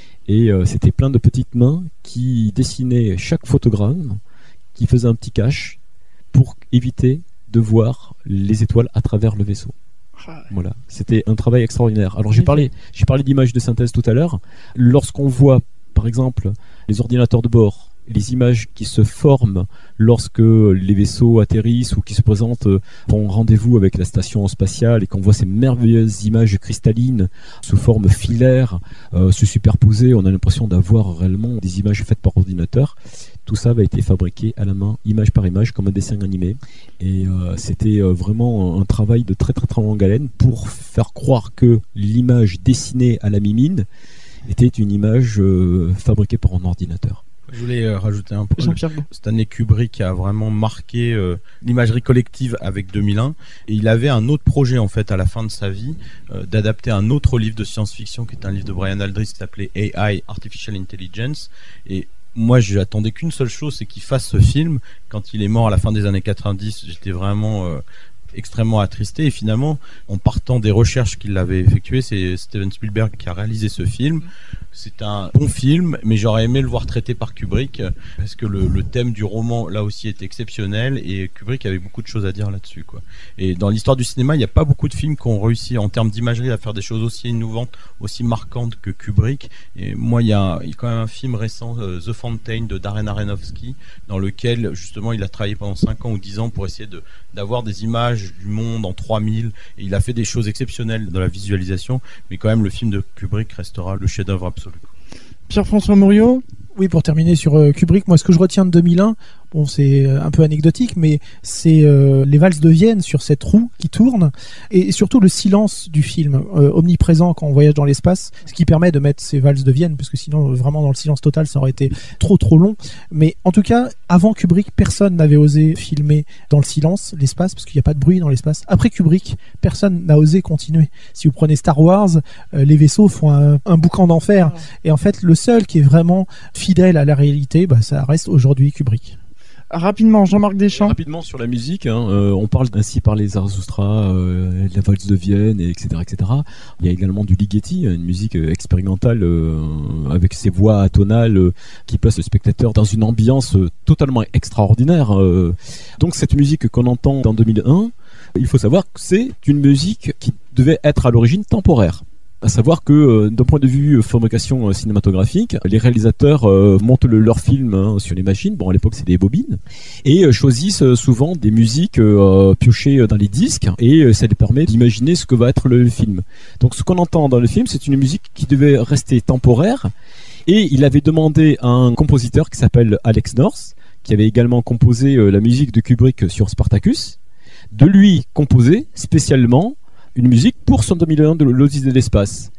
Et euh, c'était plein de petites mains qui dessinaient chaque photogramme, qui faisaient un petit cache pour éviter de voir les étoiles à travers le vaisseau. Voilà, c'était un travail extraordinaire. Alors j'ai parlé, j'ai parlé d'images de synthèse tout à l'heure. Lorsqu'on voit par exemple les ordinateurs de bord, les images qui se forment lorsque les vaisseaux atterrissent ou qui se présentent en rendez-vous avec la station spatiale et qu'on voit ces merveilleuses images cristallines sous forme filaire euh, se superposer, on a l'impression d'avoir réellement des images faites par ordinateur. Tout ça va été fabriqué à la main, image par image, comme un dessin animé. Et euh, c'était euh, vraiment un travail de très très très longue haleine pour faire croire que l'image dessinée à la mimine était une image euh, fabriquée par un ordinateur. Je voulais euh, rajouter un point. Stanley Kubrick a vraiment marqué euh, l'imagerie collective avec deux mille un, et il avait un autre projet en fait à la fin de sa vie euh, d'adapter un autre livre de science-fiction qui est un livre de Brian Aldiss qui s'appelait A I, Artificial Intelligence. Et moi, j'attendais qu'une seule chose, c'est qu'il fasse ce film. Quand il est mort à la fin des années quatre-vingt-dix, j'étais vraiment euh, extrêmement attristé. Et finalement, en partant des recherches qu'il avait effectuées, c'est Steven Spielberg qui a réalisé ce film. C'est un bon film, mais j'aurais aimé le voir traité par Kubrick, parce que le, le thème du roman, là aussi, est exceptionnel, et Kubrick avait beaucoup de choses à dire là-dessus, quoi. Et dans l'histoire du cinéma, il n'y a pas beaucoup de films qui ont réussi, en termes d'imagerie, à faire des choses aussi innovantes, aussi marquantes que Kubrick. Et moi, il y a, il y a quand même un film récent, euh, The Fountain, de Darren Aronofsky, dans lequel, justement, il a travaillé pendant cinq ans ou dix ans pour essayer de, d'avoir des images du monde en trois mille, et il a fait des choses exceptionnelles dans la visualisation, mais quand même, le film de Kubrick restera le chef-d'œuvre absolu. Pierre-François Mouriot. Oui, pour terminer sur euh, Kubrick, moi ce que je retiens de deux mille un, bon c'est un peu anecdotique, mais c'est euh, les valses de Vienne sur cette roue qui tourne, et surtout le silence du film, euh, omniprésent quand on voyage dans l'espace, ce qui permet de mettre ces valses de Vienne, parce que sinon vraiment dans le silence total ça aurait été trop trop long. Mais en tout cas, avant Kubrick, personne n'avait osé filmer dans le silence l'espace, parce qu'il n'y a pas de bruit dans l'espace. Après Kubrick, personne n'a osé continuer. Si vous prenez Star Wars, euh, les vaisseaux font un, un boucan d'enfer, et en fait le seul qui est vraiment fidèle à la réalité, bah, ça reste aujourd'hui Kubrick. Rapidement, Jean-Marc Deschamps. Rapidement sur la musique, hein, euh, on parle ainsi par les Zarathustra, euh, la valse de Vienne, et etc., et cetera. Il y a également du Ligeti, une musique expérimentale euh, avec ses voix atonales euh, qui place le spectateur dans une ambiance euh, totalement extraordinaire. Euh. Donc cette musique qu'on entend dans deux mille un, il faut savoir que c'est une musique qui devait être à l'origine temporaire. À savoir que euh, d'un point de vue euh, fabrication euh, cinématographique, les réalisateurs euh, montent le, leur film hein, sur les machines, bon à l'époque c'est des bobines, et euh, choisissent euh, souvent des musiques euh, piochées dans les disques, et euh, ça les permet d'imaginer ce que va être le film. Donc ce qu'on entend dans le film, c'est une musique qui devait rester temporaire, et il avait demandé à un compositeur qui s'appelle Alex North, qui avait également composé euh, la musique de Kubrick sur Spartacus, de lui composer spécialement une musique pour son deux mille un de l'Odyssée de l'espace.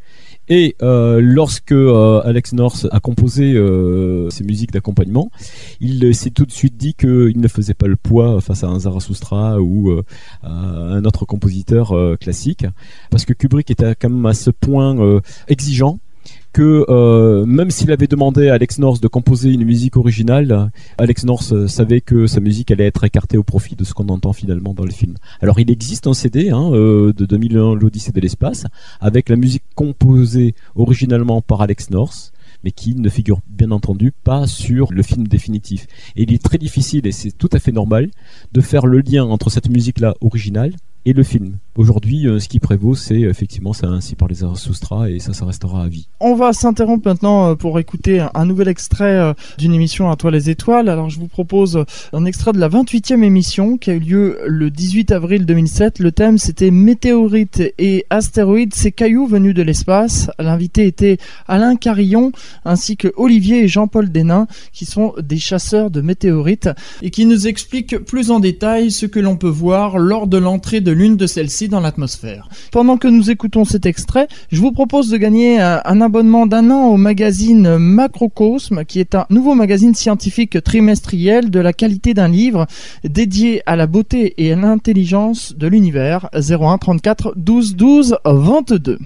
Et euh, lorsque euh, Alex North a composé euh, ses musiques d'accompagnement, il s'est tout de suite dit qu'il ne faisait pas le poids face à un Zarathustra ou euh, à un autre compositeur euh, classique, parce que Kubrick était quand même à ce point euh, exigeant que euh, même s'il avait demandé à Alex North de composer une musique originale, Alex North savait que sa musique allait être écartée au profit de ce qu'on entend finalement dans le film. Alors il existe un C D hein, euh, de deux mille un, l'Odyssée de l'espace, avec la musique composée originalement par Alex North, mais qui ne figure bien entendu pas sur le film définitif. Et il est très difficile, et c'est tout à fait normal, de faire le lien entre cette musique-là originale et le film. Aujourd'hui, euh, ce qui prévaut, c'est effectivement ça ainsi par les Zarathustra, et ça, ça restera à vie. On va s'interrompre maintenant pour écouter un nouvel extrait d'une émission À toi les étoiles. Alors je vous propose un extrait de la vingt-huitième émission qui a eu lieu le dix-huit avril deux mille sept. Le thème c'était météorites et astéroïdes, ces cailloux venus de l'espace. L'invité était Alain Carillon ainsi que Olivier et Jean-Paul Denain qui sont des chasseurs de météorites et qui nous expliquent plus en détail ce que l'on peut voir lors de l'entrée de l'une de celles-ci dans l'atmosphère. Pendant que nous écoutons cet extrait, je vous propose de gagner un abonnement d'un an au magazine Macrocosme, qui est un nouveau magazine scientifique trimestriel de la qualité d'un livre dédié à la beauté et à l'intelligence de l'univers. zéro un trente-quatre douze douze vingt-deux.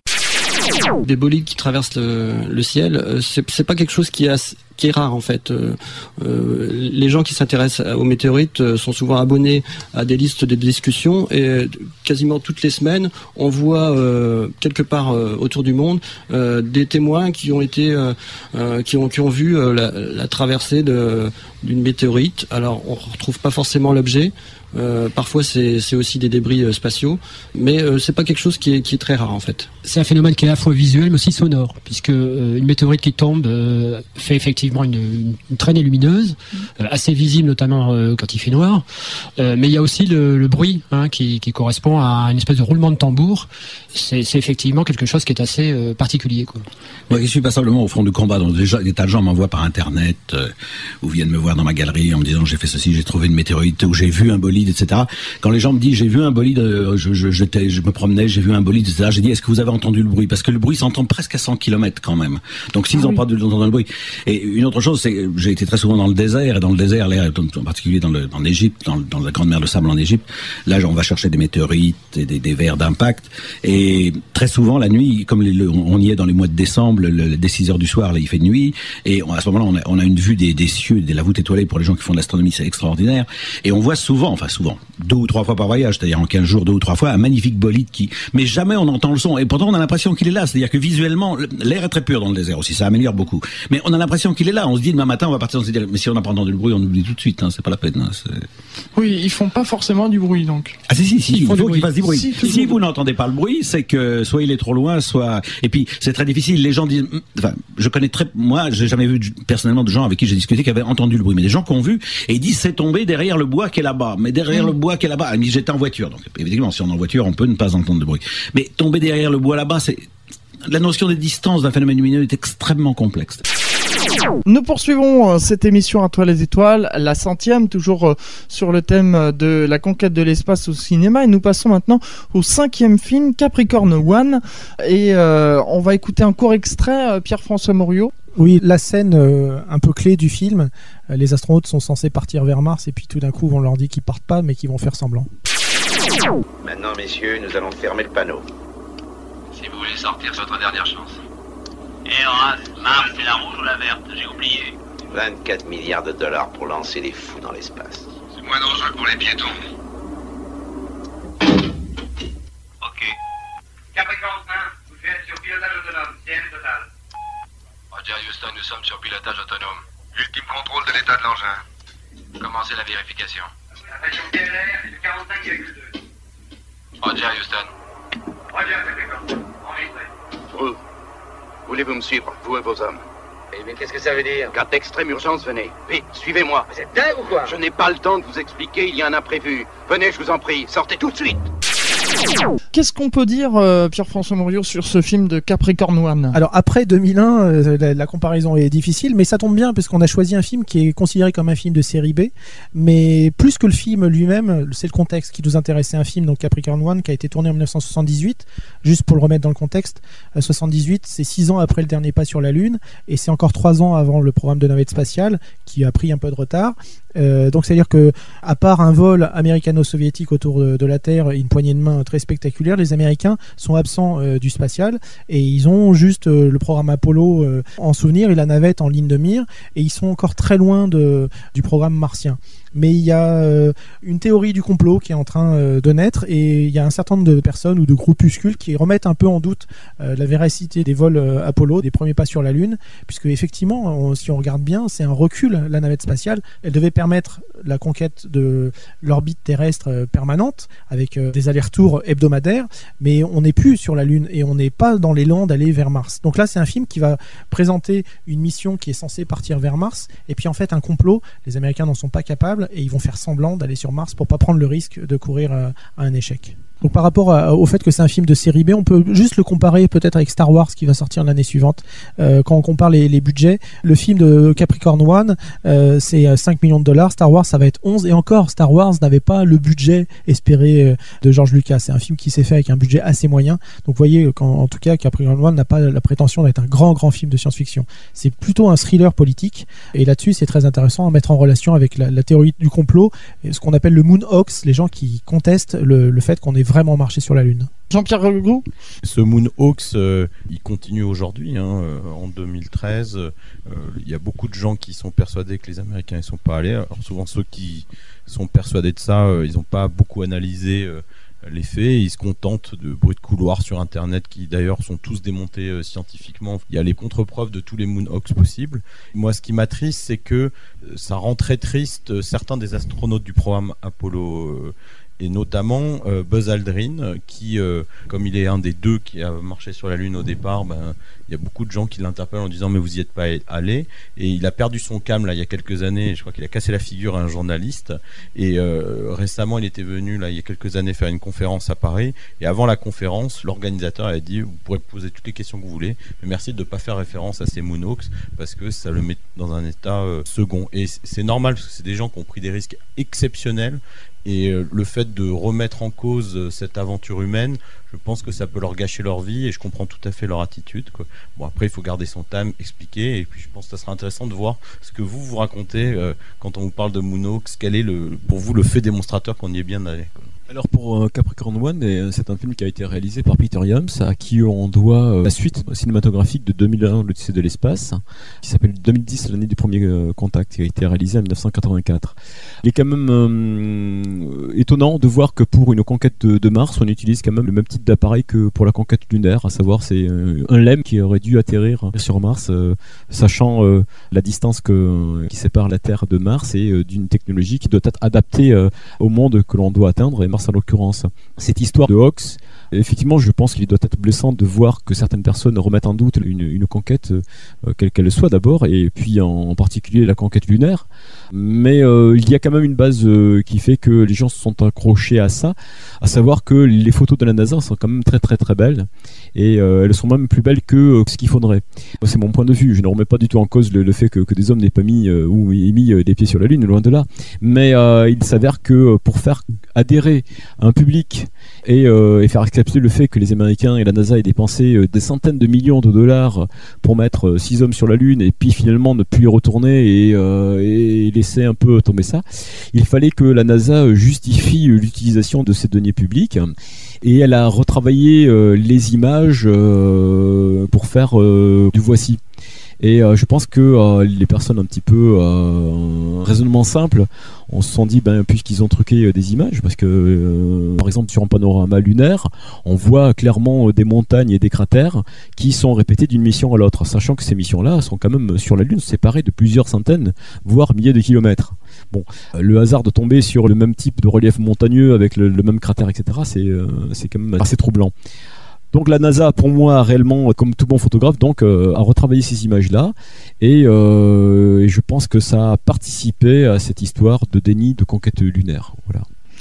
Des bolides qui traversent le, le ciel, c'est, c'est pas quelque chose qui est assez, qui est rare en fait. Euh, euh, les gens qui s'intéressent aux météorites sont souvent abonnés à des listes de discussions et quasiment toutes les semaines on voit euh, quelque part euh, autour du monde euh, des témoins qui ont été euh, euh, qui ont qui ont vu euh, la, la traversée de d'une météorite. Alors on retrouve pas forcément l'objet. Euh, parfois c'est, c'est aussi des débris euh, spatiaux, mais euh, c'est pas quelque chose qui est, qui est très rare en fait. C'est un phénomène qui est à la fois visuel mais aussi sonore, puisque euh, une météorite qui tombe euh, fait effectivement une, une, une traînée lumineuse, euh, assez visible notamment euh, quand il fait noir, euh, mais il y a aussi le, le bruit hein, qui, qui correspond à une espèce de roulement de tambour. C'est, c'est effectivement quelque chose qui est assez euh, particulier, quoi. Moi qui suis passablement au front du combat, donc déjà des tas de gens m'envoient par internet euh, ou viennent me voir dans ma galerie en me disant j'ai fait ceci, j'ai trouvé une météorite ou j'ai vu un bolide, et cetera. Quand les gens me disent j'ai vu un bolide, euh, je, je, je, je me promenais, j'ai vu un bolide, et cetera. J'ai dit est-ce que vous avez entendu le bruit? Parce que le bruit s'entend presque à cent kilomètres quand même. Donc s'ils n'ont ah, oui. pas entendu le bruit. Et une autre chose, c'est que j'ai été très souvent dans le désert, et dans le désert, là, en particulier dans, le, en Égypte, dans, dans la grande mer de sable en Égypte, là on va chercher des météorites et des, des vers d'impact. Et très souvent la nuit, comme les, le, on y est dans les mois de décembre, le, le, dès six heures du soir, là il fait nuit, et on, à ce moment-là on a, on a une vue des, des cieux, de la voûte étoilée pour les gens qui font de l'astronomie, c'est extraordinaire. Et on voit souvent, enfin souvent, deux ou trois fois par voyage, c'est-à-dire en quinze jours, deux ou trois fois, un magnifique bolide qui, mais jamais on entend le son. Et pourtant on a l'impression qu'il est là, c'est-à-dire que visuellement, l'air est très pur dans le désert aussi, ça améliore beaucoup. Mais on a l'impression qu'il est là. On se dit demain matin on va partir, on se dit mais si on n'a pas entendu le bruit, on oublie tout de suite, hein, c'est pas la peine. Hein, c'est... Oui, ils font pas forcément du bruit donc. Ah si si si, il faut qu'ils fassent du bruit. Si, si vous n'entendez pas le bruit, c'est que soit il est trop loin, soit et puis c'est très difficile. Les gens disent, enfin, je connais très, moi, j'ai jamais vu personnellement de gens avec qui j'ai discuté qui avaient entendu le bruit, mais des gens qui ont vu et ils disent c'est tombé derrière le bois qui est là-bas, mais derrière mmh. le bois qui est là-bas. Ils disent j'étais en voiture, donc évidemment si on est en voiture, on peut ne pas entendre de bruit. Mais tomber derrière le bois là-bas, c'est la notion des distances d'un phénomène lumineux est extrêmement complexe. Nous poursuivons cette émission À toi les étoiles, la centième, toujours sur le thème de la conquête de l'espace au cinéma, et nous passons maintenant au cinquième film, Capricorn One, et euh, on va écouter un court extrait, Pierre-François Mouriot. Oui, la scène euh, un peu clé du film, euh, les astronautes sont censés partir vers Mars, et puis tout d'un coup on leur dit qu'ils partent pas, mais qu'ils vont faire semblant. Maintenant messieurs, nous allons fermer le panneau. Si vous voulez sortir, c'est votre dernière chance. Eh Horace, Mars, c'est la rouge ou la verte? J'ai oublié. vingt-quatre milliards de dollars pour lancer les fous dans l'espace. C'est moins dangereux que pour les piétons. Ok. Capricorn un, vous êtes sur pilotage autonome, C M total. Roger Houston, nous sommes sur pilotage autonome. Ultime contrôle de l'état de l'engin. Commencez la vérification. La pression P L R est de quarante-cinq virgule deux. Roger Houston. Roger Capricorn, enregistré. Vous. Voulez-vous me suivre, vous et vos hommes? Eh bien, qu'est-ce que ça veut dire? Cas d'extrême urgence, venez. Vite, suivez-moi. Vous êtes dingue ou quoi? Je n'ai pas le temps de vous expliquer, il y a un imprévu. Venez, je vous en prie, sortez tout de suite. Qu'est-ce qu'on peut dire, euh, Pierre-François Mouriot, sur ce film de Capricorn One ? Alors après deux mille un, euh, la, la comparaison est difficile, mais ça tombe bien parce qu'on a choisi un film qui est considéré comme un film de série B, mais plus que le film lui-même, c'est le contexte qui nous intéresse. C'est un film, donc Capricorn One, qui a été tourné en dix-neuf cent soixante-dix-huit, juste pour le remettre dans le contexte. Euh, soixante-dix-huit, c'est six ans après le dernier pas sur la Lune, et c'est encore trois ans avant le programme de navette spatiale, qui a pris un peu de retard. Euh, donc c'est à dire que à part un vol américano-soviétique autour de, de la Terre et une poignée de main très spectaculaire, les Américains sont absents euh, du spatial et ils ont juste euh, le programme Apollo euh, en souvenir et la navette en ligne de mire, et ils sont encore très loin de, du programme martien. Mais il y a euh, une théorie du complot qui est en train euh, de naître, et il y a un certain nombre de personnes ou de groupuscules qui remettent un peu en doute euh, la véracité des vols euh, Apollo, des premiers pas sur la Lune, puisque effectivement, on, si on regarde bien, c'est un recul, la navette spatiale. Elle devait permettre la conquête de l'orbite terrestre euh, permanente, avec euh, des allers-retours hebdomadaires, mais on n'est plus sur la Lune et on n'est pas dans l'élan d'aller vers Mars. Donc là, c'est un film qui va présenter une mission qui est censée partir vers Mars, et puis en fait un complot. Les Américains n'en sont pas capables, et ils vont faire semblant d'aller sur Mars pour pas prendre le risque de courir à, à un échec. Donc par rapport à, au fait que c'est un film de série B, on peut juste le comparer peut-être avec Star Wars qui va sortir l'année suivante. Euh, quand on compare les, les budgets, le film de Capricorn One, euh, c'est cinq millions de dollars, Star Wars ça va être onze, et encore Star Wars n'avait pas le budget espéré euh, de George Lucas. C'est un film qui s'est fait avec un budget assez moyen. Donc vous voyez qu'en en tout cas Capricorn One n'a pas la prétention d'être un grand grand film de science-fiction. C'est plutôt un thriller politique, et là-dessus c'est très intéressant à mettre en relation avec la, la théorie du complot, et ce qu'on appelle le Moon Hoax, les gens qui contestent le, le fait qu'on est vraiment marché sur la Lune. Jean-Pierre Legault ? Ce Moon Hoax, euh, il continue aujourd'hui, hein, euh, en deux mille treize. Euh, il y a beaucoup de gens qui sont persuadés que les Américains ne sont pas allés. Alors souvent ceux qui sont persuadés de ça, euh, ils n'ont pas beaucoup analysé euh, les faits. Ils se contentent de bruits de couloir sur Internet qui d'ailleurs sont tous démontés euh, scientifiquement. Il y a les contre-preuves de tous les Moon Hoax possibles. Moi, ce qui m'attriste, c'est que euh, ça rend très triste euh, certains des astronautes du programme Apollo euh, et notamment euh, Buzz Aldrin, qui, euh, comme il est un des deux qui a marché sur la Lune au départ, ben, il y a beaucoup de gens qui l'interpellent en disant mais vous y êtes pas allé, et il a perdu son calme là il y a quelques années. Je crois qu'il a cassé la figure à un journaliste, et euh, récemment il était venu là il y a quelques années faire une conférence à Paris, et avant la conférence l'organisateur a dit vous pourrez poser toutes les questions que vous voulez, mais merci de ne pas faire référence à ces Moon Hoax parce que ça le met dans un état euh, second, et c'est normal parce que c'est des gens qui ont pris des risques exceptionnels. Et le fait de remettre en cause cette aventure humaine, je pense que ça peut leur gâcher leur vie, et je comprends tout à fait leur attitude, quoi. Bon, après il faut garder son time, expliquer, et puis je pense que ça sera intéressant de voir ce que vous vous racontez euh, quand on vous parle de Moon Hoax. Quel est le, pour vous le fait démonstrateur qu'on y est bien allé, quoi. Alors pour euh, Capricorn One, c'est un film qui a été réalisé par Peter Iams, à qui on doit euh, la suite cinématographique de deux mille un, l'Odyssée de l'espace, qui s'appelle deux mille dix, l'année du premier euh, contact, qui a été réalisé en mille neuf cent quatre-vingt-quatre. Il est quand même euh, étonnant de voir que pour une conquête de, de Mars, on utilise quand même le même type d'appareil que pour la conquête lunaire, à savoir c'est euh, un LEM qui aurait dû atterrir sur Mars, euh, sachant euh, la distance que, qui sépare la Terre de Mars, et euh, d'une technologie qui doit être adaptée euh, au monde que l'on doit atteindre, et Mars en l'occurrence. Cette histoire de hoax, effectivement, je pense qu'il doit être blessant de voir que certaines personnes remettent en doute une, une conquête, euh, quelle qu'elle soit d'abord, et puis en, en particulier la conquête lunaire. Mais euh, il y a quand même une base euh, qui fait que les gens se sont accrochés à ça, à savoir que les photos de la NASA sont quand même très très très belles, et euh, elles sont même plus belles que euh, ce qu'il faudrait. C'est mon point de vue, je ne remets pas du tout en cause le, le fait que, que des hommes n'aient pas mis euh, ou aient mis euh, des pieds sur la Lune, loin de là. Mais euh, il s'avère que pour faire adhérer un public et, euh, et faire accepter le fait que les Américains et la NASA aient dépensé euh, des centaines de millions de dollars pour mettre euh, six hommes sur la Lune, et puis finalement ne plus y retourner, et, euh, et laisser un peu tomber ça, il fallait que la NASA justifie euh, l'utilisation de ces deniers publics, et elle a retravaillé euh, les images euh, pour faire euh, du voici. Et euh, je pense que euh, les personnes un petit peu euh, raisonnement simple, on se sont dit ben puisqu'ils ont truqué euh, des images, parce que euh, par exemple sur un panorama lunaire, on voit clairement euh, des montagnes et des cratères qui sont répétés d'une mission à l'autre, sachant que ces missions-là sont quand même sur la Lune séparées de plusieurs centaines, voire milliers de kilomètres. Bon, euh, le hasard de tomber sur le même type de relief montagneux avec le, le même cratère, et cetera, c'est euh, c'est quand même assez troublant. Donc la NASA, pour moi, réellement, comme tout bon photographe, donc euh, a retravaillé ces images-là, et, euh, et je pense que ça a participé à cette histoire de déni de conquête lunaire. Voilà.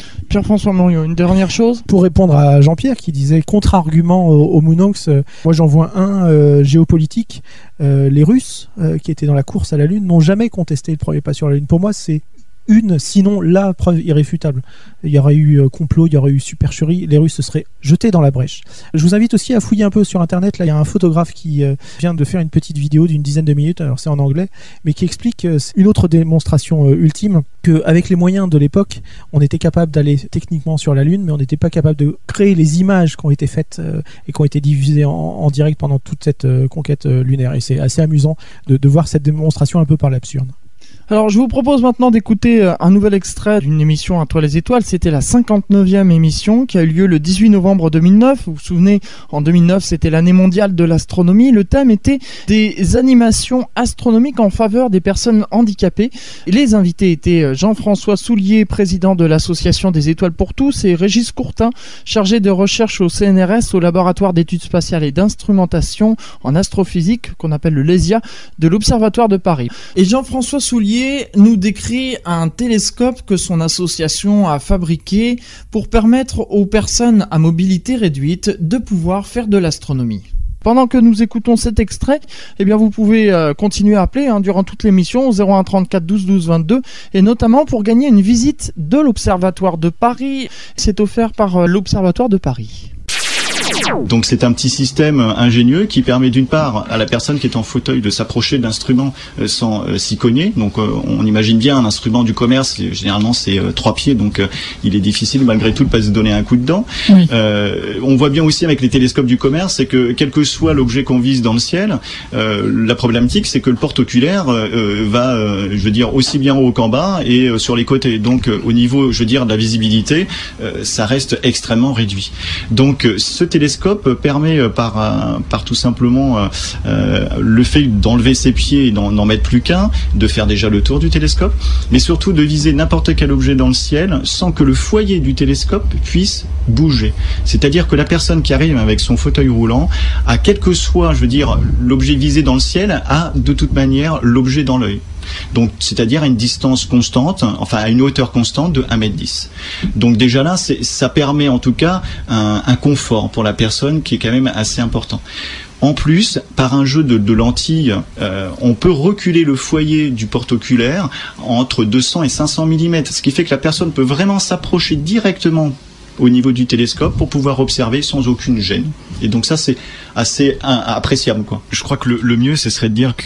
Pierre-François Mouriot, une dernière chose pour répondre à Jean-Pierre qui disait contre-argument au, au Moononx, euh, moi j'en vois un euh, géopolitique. Euh, les Russes euh, qui étaient dans la course à la Lune n'ont jamais contesté le premier pas sur la Lune. Pour moi, c'est une, sinon la preuve irréfutable. Il y aurait eu euh, complot, il y aurait eu supercherie, les Russes se seraient jetés dans la brèche. Je vous invite aussi à fouiller un peu sur Internet. Là, il y a un photographe qui euh, vient de faire une petite vidéo d'une dizaine de minutes, alors c'est en anglais, mais qui explique euh, une autre démonstration euh, ultime, qu'avec les moyens de l'époque, on était capable d'aller techniquement sur la Lune, mais on n'était pas capable de créer les images qui ont été faites euh, et qui ont été diffusées en, en direct pendant toute cette euh, conquête euh, lunaire. Et c'est assez amusant de, de voir cette démonstration un peu par l'absurde. Alors je vous propose maintenant d'écouter un nouvel extrait d'une émission à Toi les étoiles. C'était la cinquante-neuvième émission qui a eu lieu le dix-huit novembre deux mille neuf. Vous vous souvenez, en deux mille neuf c'était l'année mondiale de l'astronomie. Le thème était des animations astronomiques en faveur des personnes handicapées. Et les invités étaient Jean-François Soulier, président de l'association des étoiles pour tous, et Régis Courtin, chargé de recherche au C N R S, au laboratoire d'études spatiales et d'instrumentation en astrophysique, qu'on appelle le LESIA, de l'Observatoire de Paris. Et Jean-François Soulier nous décrit un télescope que son association a fabriqué pour permettre aux personnes à mobilité réduite de pouvoir faire de l'astronomie. Pendant que nous écoutons cet extrait, eh bien vous pouvez euh, continuer à appeler hein, durant toute l'émission au zéro un trente-quatre douze douze vingt-deux, et notamment pour gagner une visite de l'Observatoire de Paris. C'est offert par euh, l'Observatoire de Paris. Donc c'est un petit système ingénieux qui permet d'une part à la personne qui est en fauteuil de s'approcher de l'instrument euh, sans euh, s'y cogner. Donc euh, on imagine bien un instrument du commerce, généralement c'est euh, trois pieds, donc euh, il est difficile malgré tout de pas se donner un coup de dent. Oui. Euh, on voit bien aussi avec les télescopes du commerce, c'est que quel que soit l'objet qu'on vise dans le ciel, euh, la problématique c'est que le porte-oculaire euh, va, euh, je veux dire, aussi bien haut qu'en bas et euh, sur les côtés. Donc euh, au niveau, je veux dire, de la visibilité, euh, ça reste extrêmement réduit. Donc euh, ce télescope permet euh, par, euh, par tout simplement euh, euh, le fait d'enlever ses pieds et d'en, d'en mettre plus qu'un, de faire déjà le tour du télescope, mais surtout de viser n'importe quel objet dans le ciel sans que le foyer du télescope puisse bouger. C'est-à-dire que la personne qui arrive avec son fauteuil roulant, à quel que soit, je veux dire, l'objet visé dans le ciel, a de toute manière l'objet dans l'œil. Donc, c'est-à-dire à une distance constante, enfin à une hauteur constante de un mètre dix. Donc déjà là, c'est, ça permet en tout cas un, un confort pour la personne qui est quand même assez important. En plus, par un jeu de, de lentilles, euh, on peut reculer le foyer du porte-oculaire entre deux cents et cinq cents millimètres, ce qui fait que la personne peut vraiment s'approcher directement au niveau du télescope pour pouvoir observer sans aucune gêne. Et donc ça, c'est assez un, appréciable, quoi. Je crois que le, le mieux, ce serait de dire que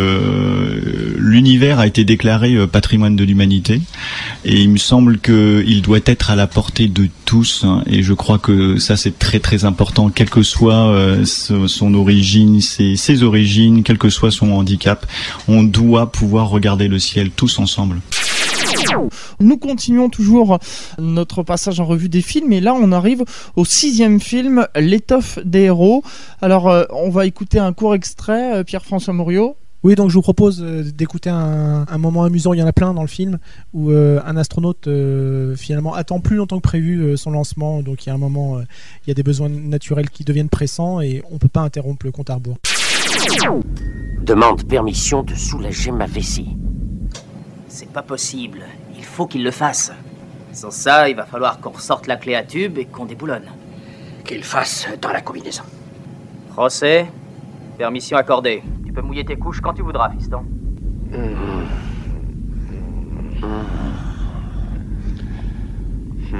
euh, l'univers a été déclaré euh, patrimoine de l'humanité, et il me semble qu'il doit être à la portée de tous, hein, et je crois que ça, c'est très très important, quelle que soit euh, son origine, ses, ses origines, quel que soit son handicap, on doit pouvoir regarder le ciel tous ensemble. Nous continuons toujours notre passage en revue des films, et là on arrive au sixième film, L'étoffe des héros. Alors euh, on va écouter un court extrait, euh, Pierre-François Mouriot. Oui, donc je vous propose euh, d'écouter un, un moment amusant, il y en a plein dans le film, où euh, un astronaute euh, finalement attend plus longtemps que prévu euh, son lancement, donc il y a un moment, euh, il y a des besoins naturels qui deviennent pressants et on ne peut pas interrompre le compte à rebours. Demande permission de soulager ma vessie. C'est pas possible, il faut qu'il le fasse. Sans ça, il va falloir qu'on ressorte la clé à tube et qu'on déboulonne. Qu'il fasse dans la combinaison. Procès, permission accordée. Tu peux mouiller tes couches quand tu voudras, fiston. Mmh. Mmh.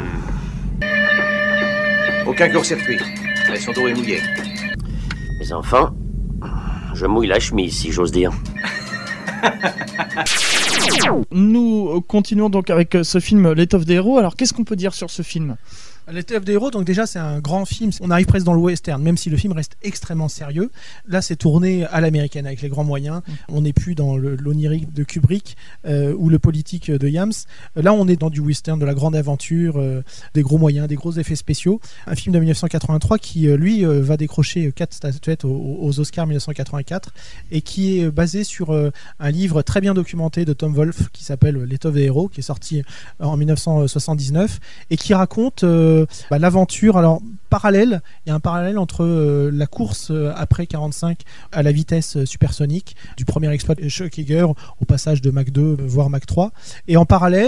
Aucun court-circuit. Mais son dos est mouillé. Mes enfants, je mouille la chemise, si j'ose dire. Nous continuons donc avec ce film L'étoffe des héros. Alors qu'est-ce qu'on peut dire sur ce film ? L'étoffe des héros, donc déjà c'est un grand film, on arrive presque dans le western, même si le film reste extrêmement sérieux. Là c'est tourné à l'américaine avec les grands moyens, on n'est plus dans le, l'onirique de Kubrick euh, ou le politique de Yams. Là on est dans du western, de la grande aventure, euh, des gros moyens, des gros effets spéciaux. Un film de dix-neuf cent quatre-vingt-trois qui euh, lui euh, va décrocher quatre statuettes aux, aux Oscars dix-neuf cent quatre-vingt-quatre et qui est basé sur euh, un livre très bien documenté de Tom Wolfe qui s'appelle L'étoffe des héros, qui est sorti en dix-neuf cent soixante-dix-neuf et qui raconte euh, Bah, l'aventure, alors parallèle, il y a un parallèle entre euh, la course euh, après quarante-cinq à la vitesse euh, supersonique du premier exploit de Schöckiger au passage de Mach deux voire Mach trois, et en parallèle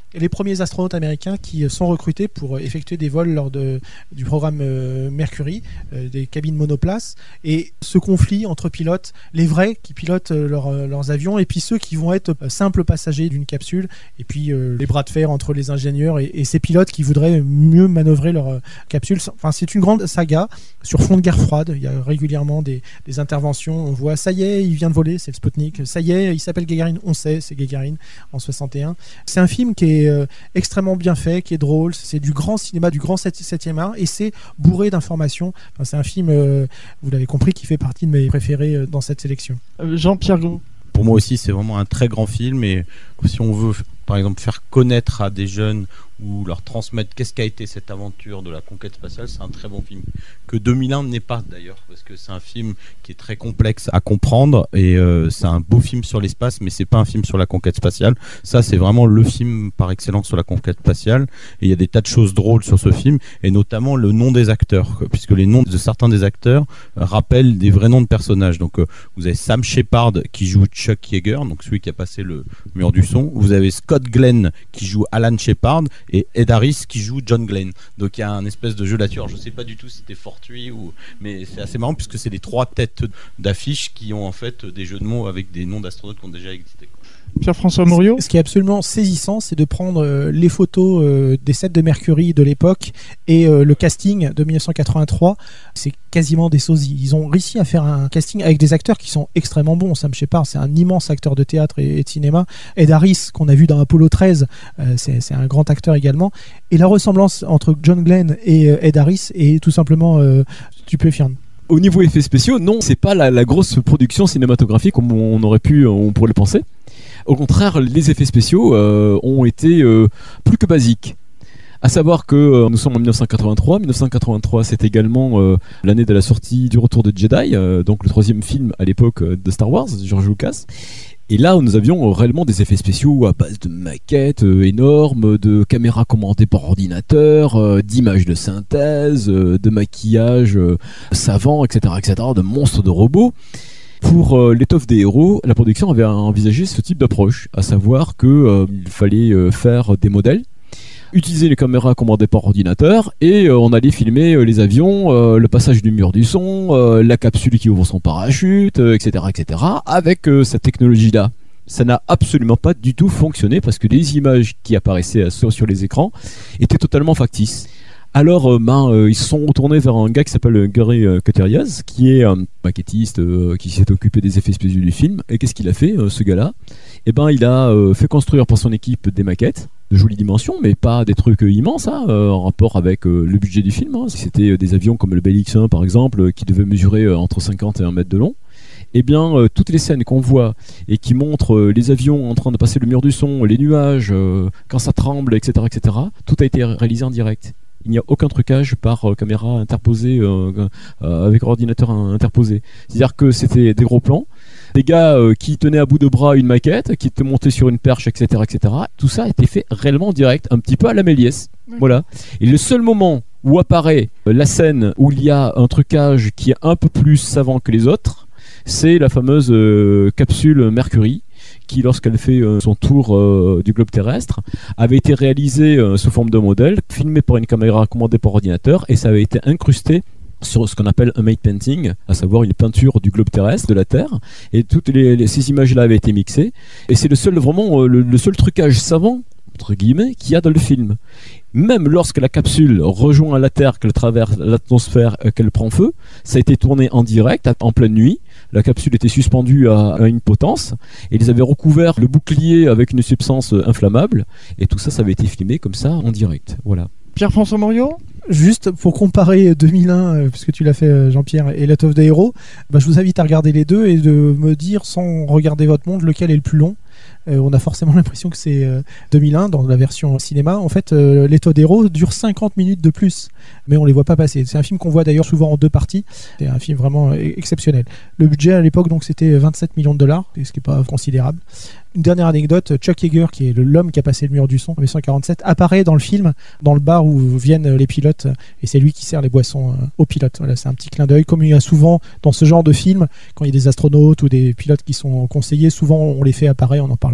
les premiers astronautes américains qui sont recrutés pour effectuer des vols lors de, du programme euh, Mercury, euh, des cabines monoplaces, et ce conflit entre pilotes, les vrais qui pilotent euh, leur, euh, leurs avions, et puis ceux qui vont être euh, simples passagers d'une capsule, et puis euh, les bras de fer entre les ingénieurs et, et ces pilotes qui voudraient mieux manœuvrer leur euh, capsule. Enfin, c'est une grande saga sur fond de guerre froide. Il y a régulièrement des, des interventions. On voit, ça y est, il vient de voler, c'est le Sputnik. Ça y est, il s'appelle Gagarin, on sait, c'est Gagarin en soixante et un. C'est un film qui est euh, extrêmement bien fait, qui est drôle, c'est du grand cinéma, du grand septième art, et c'est bourré d'informations. Enfin, c'est un film, euh, vous l'avez compris, qui fait partie de mes préférés euh, dans cette sélection. Euh, Jean-Pierre Gros. Pour moi aussi, c'est vraiment un très grand film, et si on veut, par exemple, faire connaître à des jeunes ou leur transmettre qu'est-ce qu'a été cette aventure de la conquête spatiale, c'est un très bon film. Que deux mille un n'est pas d'ailleurs, parce que c'est un film qui est très complexe à comprendre, et euh, c'est un beau film sur l'espace, mais c'est pas un film sur la conquête spatiale. Ça, c'est vraiment le film par excellence sur la conquête spatiale, et il y a des tas de choses drôles sur ce film, et notamment le nom des acteurs, puisque les noms de certains des acteurs euh, rappellent des vrais noms de personnages. Donc euh, vous avez Sam Shepard qui joue Chuck Yeager, donc celui qui a passé le mur du son. Vous avez Scott Glenn qui joue Alan Shepard, et Ed Harris qui joue John Glenn. Donc il y a un espèce de jeu là-dessus. Alors, je sais pas du tout si c'était fortuit ou, mais c'est assez marrant puisque c'est les trois têtes d'affiche qui ont en fait des jeux de mots avec des noms d'astronautes qui ont déjà existé. Pierre-François Mouriot. Ce qui est absolument saisissant, c'est de prendre euh, les photos euh, des sets de Mercury de l'époque et euh, le casting de dix-neuf cent quatre-vingt-trois. C'est quasiment des sosies. Ils ont réussi à faire un casting avec des acteurs qui sont extrêmement bons. Sam Shepard, c'est un immense acteur de théâtre et, et de cinéma. Ed Harris, qu'on a vu dans Apollo treize, euh, c'est, c'est un grand acteur également. Et la ressemblance entre John Glenn et euh, Ed Harris est tout simplement euh, stupéfiante. Au niveau effets spéciaux, non, c'est pas la, la grosse production cinématographique comme on aurait pu, on pourrait le penser. Au contraire, les effets spéciaux euh, ont été euh, plus que basiques. À savoir que euh, nous sommes en dix-neuf cent quatre-vingt-trois. dix-neuf cent quatre-vingt-trois, c'est également euh, l'année de la sortie du Retour de Jedi, euh, donc le troisième film à l'époque euh, de Star Wars, George Lucas. Et là, nous avions réellement des effets spéciaux à base de maquettes euh, énormes, de caméras commandées par ordinateur, euh, d'images de synthèse, euh, de maquillage euh, savant, et cetera, et cetera, de monstres de robots. Pour euh, l'étoffe des héros, la production avait envisagé ce type d'approche, à savoir que euh, il fallait euh, faire des modèles, utiliser les caméras commandées par ordinateur, et euh, on allait filmer euh, les avions, euh, le passage du mur du son, euh, la capsule qui ouvre son parachute, euh, et cetera, et cetera, avec euh, cette technologie-là. Ça n'a absolument pas du tout fonctionné parce que les images qui apparaissaient sur, sur les écrans étaient totalement factices. Alors, euh, ben, euh, ils se sont retournés vers un gars qui s'appelle Gary euh, Kuterias, qui est un maquettiste euh, qui s'est occupé des effets spéciaux du film. Et qu'est-ce qu'il a fait, euh, ce gars-là ? Eh ben, il a euh, fait construire par son équipe des maquettes de jolies dimensions, mais pas des trucs euh, immenses, hein, euh, en rapport avec euh, le budget du film. Hein. C'était euh, des avions comme le Bell X un, par exemple, euh, qui devaient mesurer euh, entre cinquante et un mètre de long. Eh bien, euh, toutes les scènes qu'on voit et qui montrent euh, les avions en train de passer le mur du son, les nuages, euh, quand ça tremble, et cetera, et cetera, tout a été réalisé en direct. Il n'y a aucun trucage par euh, caméra interposée, euh, euh, avec ordinateur interposé. C'est-à-dire que c'était des gros plans, des gars euh, qui tenaient à bout de bras une maquette, qui étaient montés sur une perche, et cetera, et cetera. Tout ça a été fait réellement en direct, un petit peu à la Méliès. Oui. Voilà. Et le seul moment où apparaît euh, la scène où il y a un trucage qui est un peu plus savant que les autres, c'est la fameuse euh, capsule Mercury, qui, lorsqu'elle fait euh, son tour euh, du globe terrestre, avait été réalisée euh, sous forme de modèle, filmé par une caméra commandée par ordinateur, et ça avait été incrusté sur ce qu'on appelle un matte painting, à savoir une peinture du globe terrestre, de la Terre, et toutes les, les, ces images-là avaient été mixées, et c'est le seul, vraiment, euh, le, le seul trucage savant, entre guillemets, qu'il y a dans le film. Même lorsque la capsule rejoint la Terre, qu'elle traverse l'atmosphère, euh, qu'elle prend feu, ça a été tourné en direct, en pleine nuit. La capsule était suspendue à, à une potence, et ils avaient recouvert le bouclier avec une substance inflammable, et tout ça, ça avait été filmé comme ça, en direct. Voilà. Pierre-François Mouriot ? Juste pour comparer deux mille un, euh, puisque tu l'as fait Jean-Pierre, et l'étoffe des héros, bah, je vous invite à regarder les deux et de me dire, sans regarder votre montre, lequel est le plus long. Euh, on a forcément l'impression que c'est euh, deux mille un dans la version cinéma. En fait, euh, l'étoffe des héros dure cinquante minutes de plus, mais on les voit pas passer. C'est un film qu'on voit d'ailleurs souvent en deux parties. C'est un film vraiment euh, exceptionnel. Le budget à l'époque, donc, c'était vingt-sept millions de dollars, ce qui est pas considérable. Une dernière anecdote, Chuck Yeager, qui est l'homme qui a passé le mur du son en dix-neuf cent quarante-sept, apparaît dans le film, dans le bar où viennent les pilotes, et c'est lui qui sert les boissons aux pilotes. Voilà, c'est un petit clin d'œil, comme il y a souvent dans ce genre de film, quand il y a des astronautes ou des pilotes qui sont conseillés, souvent on les fait apparaître, on en parlera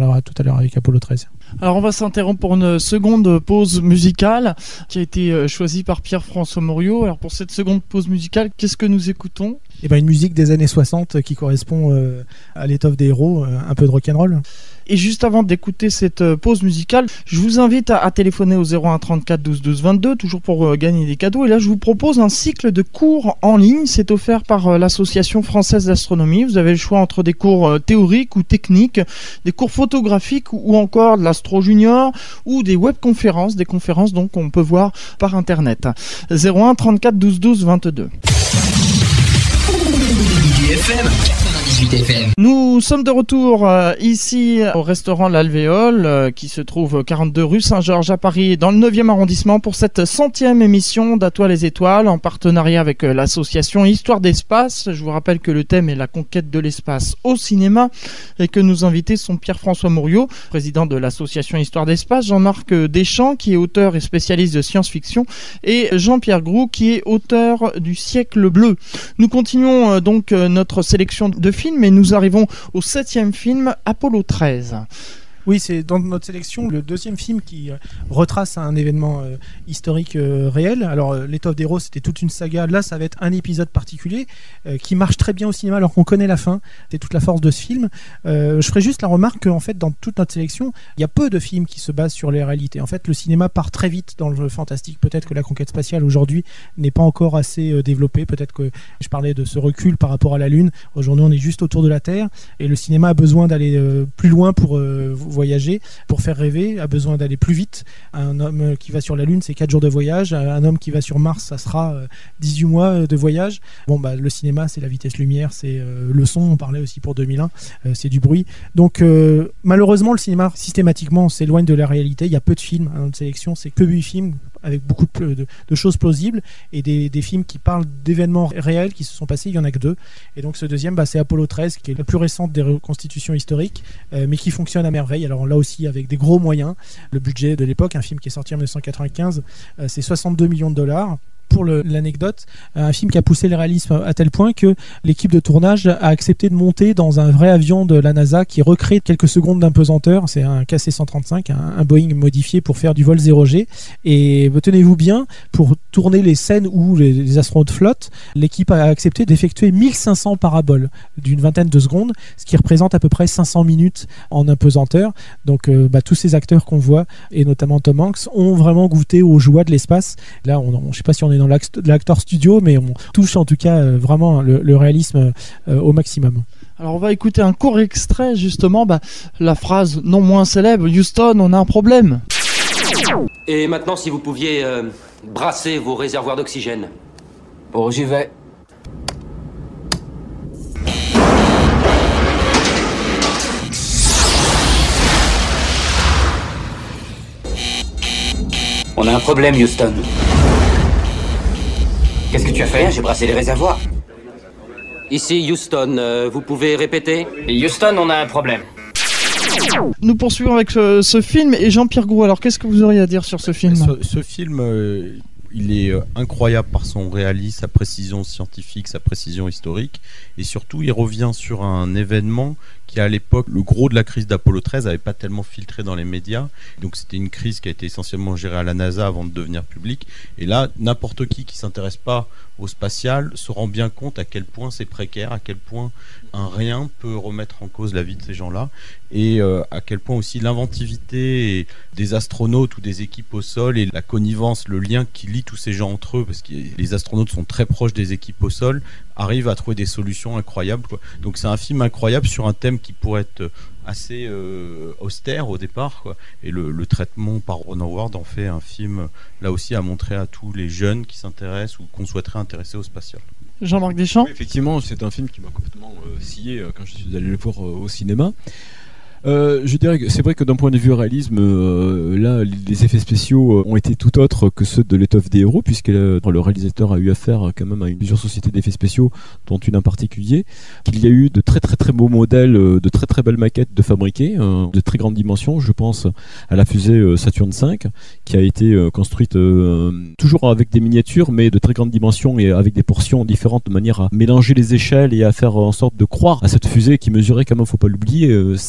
parlera tout à l'heure avec Apollo treize. Alors on va s'interrompre pour une seconde pause musicale qui a été choisie par Pierre-François Mouriot. Alors pour cette seconde pause musicale, qu'est-ce que nous écoutons ? Eh ben une musique des années soixante qui correspond euh, à l'étoffe des héros, euh, un peu de rock'n'roll. Et juste avant d'écouter cette euh, pause musicale, je vous invite à, à téléphoner au zéro un trente-quatre douze douze vingt-deux, toujours pour euh, gagner des cadeaux. Et là, je vous propose un cycle de cours en ligne. C'est offert par euh, l'Association française d'astronomie. Vous avez le choix entre des cours euh, théoriques ou techniques, des cours photographiques ou, ou encore de l'Astro Junior ou des webconférences, des conférences donc qu'on peut voir par Internet. zéro un trente-quatre douze douze vingt-deux. Nous sommes de retour euh, ici au restaurant L'Alvéole euh, qui se trouve quarante-deux rue Saint-Georges à Paris dans le neuvième arrondissement pour cette centième émission d'À toi les étoiles en partenariat avec euh, l'association Histoire d'Espace. Je vous rappelle que le thème est la conquête de l'espace au cinéma et que nos invités sont Pierre-François Mouriot, président de l'association Histoire d'Espace, Jean-Marc Deschamps qui est auteur et spécialiste de science-fiction et Jean-Pierre Groux qui est auteur du Siècle bleu. Nous continuons euh, donc euh, notre sélection de films et nous arrivons au septième film, Apollo treize. Oui, c'est dans notre sélection le deuxième film qui euh, retrace un événement euh, historique euh, réel. Alors, euh, l'étoffe des héros, c'était toute une saga. Là, ça va être un épisode particulier euh, qui marche très bien au cinéma alors qu'on connaît la fin. C'est toute la force de ce film. Euh, je ferai juste la remarque qu'en fait, dans toute notre sélection, il y a peu de films qui se basent sur les réalités. En fait, le cinéma part très vite dans le fantastique. Peut-être que la conquête spatiale aujourd'hui n'est pas encore assez euh, développée. Peut-être que je parlais de ce recul par rapport à la Lune. Aujourd'hui, on est juste autour de la Terre et le cinéma a besoin d'aller euh, plus loin pour euh, voyager, pour faire rêver, a besoin d'aller plus vite. Un homme qui va sur la Lune, c'est quatre jours de voyage. Un homme qui va sur Mars, ça sera dix-huit mois de voyage. Bon, bah, le cinéma, c'est la vitesse lumière, c'est euh, le son, on parlait aussi pour deux mille un, euh, c'est du bruit. Donc, euh, malheureusement, le cinéma, systématiquement, s'éloigne de la réalité. Il y a peu de films dans notre sélection, c'est que huit films avec beaucoup de, de, de choses plausibles et des, des films qui parlent d'événements réels qui se sont passés, il n'y en a que deux. Et donc ce deuxième, bah, c'est Apollo treize, qui est la plus récente des reconstitutions historiques, euh, mais qui fonctionne à merveille. Alors là aussi avec des gros moyens. Le budget de l'époque, un film qui est sorti en dix-neuf cent quatre-vingt-quinze, euh, c'est soixante-deux millions de dollars. Pour le, l'anecdote, un film qui a poussé le réalisme à tel point que l'équipe de tournage a accepté de monter dans un vrai avion de la NASA qui recrée quelques secondes d'impesanteur. C'est un K C cent trente-cinq, un, un Boeing modifié pour faire du vol zéro G. Et tenez-vous bien, pour tourner les scènes où les, les astronautes flottent, l'équipe a accepté d'effectuer mille cinq cents paraboles d'une vingtaine de secondes, ce qui représente à peu près cinq cents minutes en impesanteur. Donc euh, bah, tous ces acteurs qu'on voit, et notamment Tom Hanks, ont vraiment goûté aux joies de l'espace. Là, on, on, je ne sais pas si on est dans l'acteur studio, mais on touche en tout cas euh, vraiment le, le réalisme euh, au maximum. Alors on va écouter un court extrait justement, bah, la phrase non moins célèbre, Houston, on a un problème. Et maintenant si vous pouviez euh, brasser vos réservoirs d'oxygène. Bon, j'y vais. On a un problème, Houston. Qu'est-ce que tu as fait? J'ai brassé les réservoirs. Ici, Houston, euh, vous pouvez répéter? Houston, on a un problème. Nous poursuivons avec ce, ce film et Jean-Pierre Groux. Alors, qu'est-ce que vous auriez à dire sur ce film? Ce, ce film, euh, il est euh, incroyable par son réalisme, sa précision scientifique, sa précision historique. Et surtout, il revient sur un événement qui, à l'époque, le gros de la crise d'Apollo treize n'avait pas tellement filtré dans les médias. Donc, c'était une crise qui a été essentiellement gérée à la NASA avant de devenir publique. Et là, n'importe qui qui ne s'intéresse pas au spatial se rend bien compte à quel point c'est précaire, à quel point un rien peut remettre en cause la vie de ces gens-là, et euh, à quel point aussi l'inventivité des astronautes ou des équipes au sol et la connivence, le lien qui lie tous ces gens entre eux, parce que les astronautes sont très proches des équipes au sol, arrivent à trouver des solutions incroyables, quoi. Donc c'est un film incroyable sur un thème qui pourrait être assez euh, austère au départ, quoi. Et le, le traitement par Ron Howard en fait un film là aussi à montrer à tous les jeunes qui s'intéressent ou qu'on souhaiterait intéresser au spatial. Jean-Marc Deschamps. Oui, effectivement, c'est un film qui m'a complètement euh, scié euh, quand je suis allé le voir euh, au cinéma. Euh, je dirais que c'est vrai que d'un point de vue réalisme, euh, là, les effets spéciaux ont été tout autres que ceux de l'étoffe des héros, puisque le, le réalisateur a eu affaire quand même à une, plusieurs sociétés d'effets spéciaux, dont une en particulier, qu'il y a eu de très très très beaux modèles, de très très belles maquettes de fabriquer, euh, de très grandes dimensions. Je pense à la fusée Saturne cinq, qui a été euh, construite euh, toujours avec des miniatures, mais de très grandes dimensions et avec des portions différentes, de manière à mélanger les échelles et à faire en sorte de croire à cette fusée qui mesurait, quand même, faut pas l'oublier, euh, cent dix mètres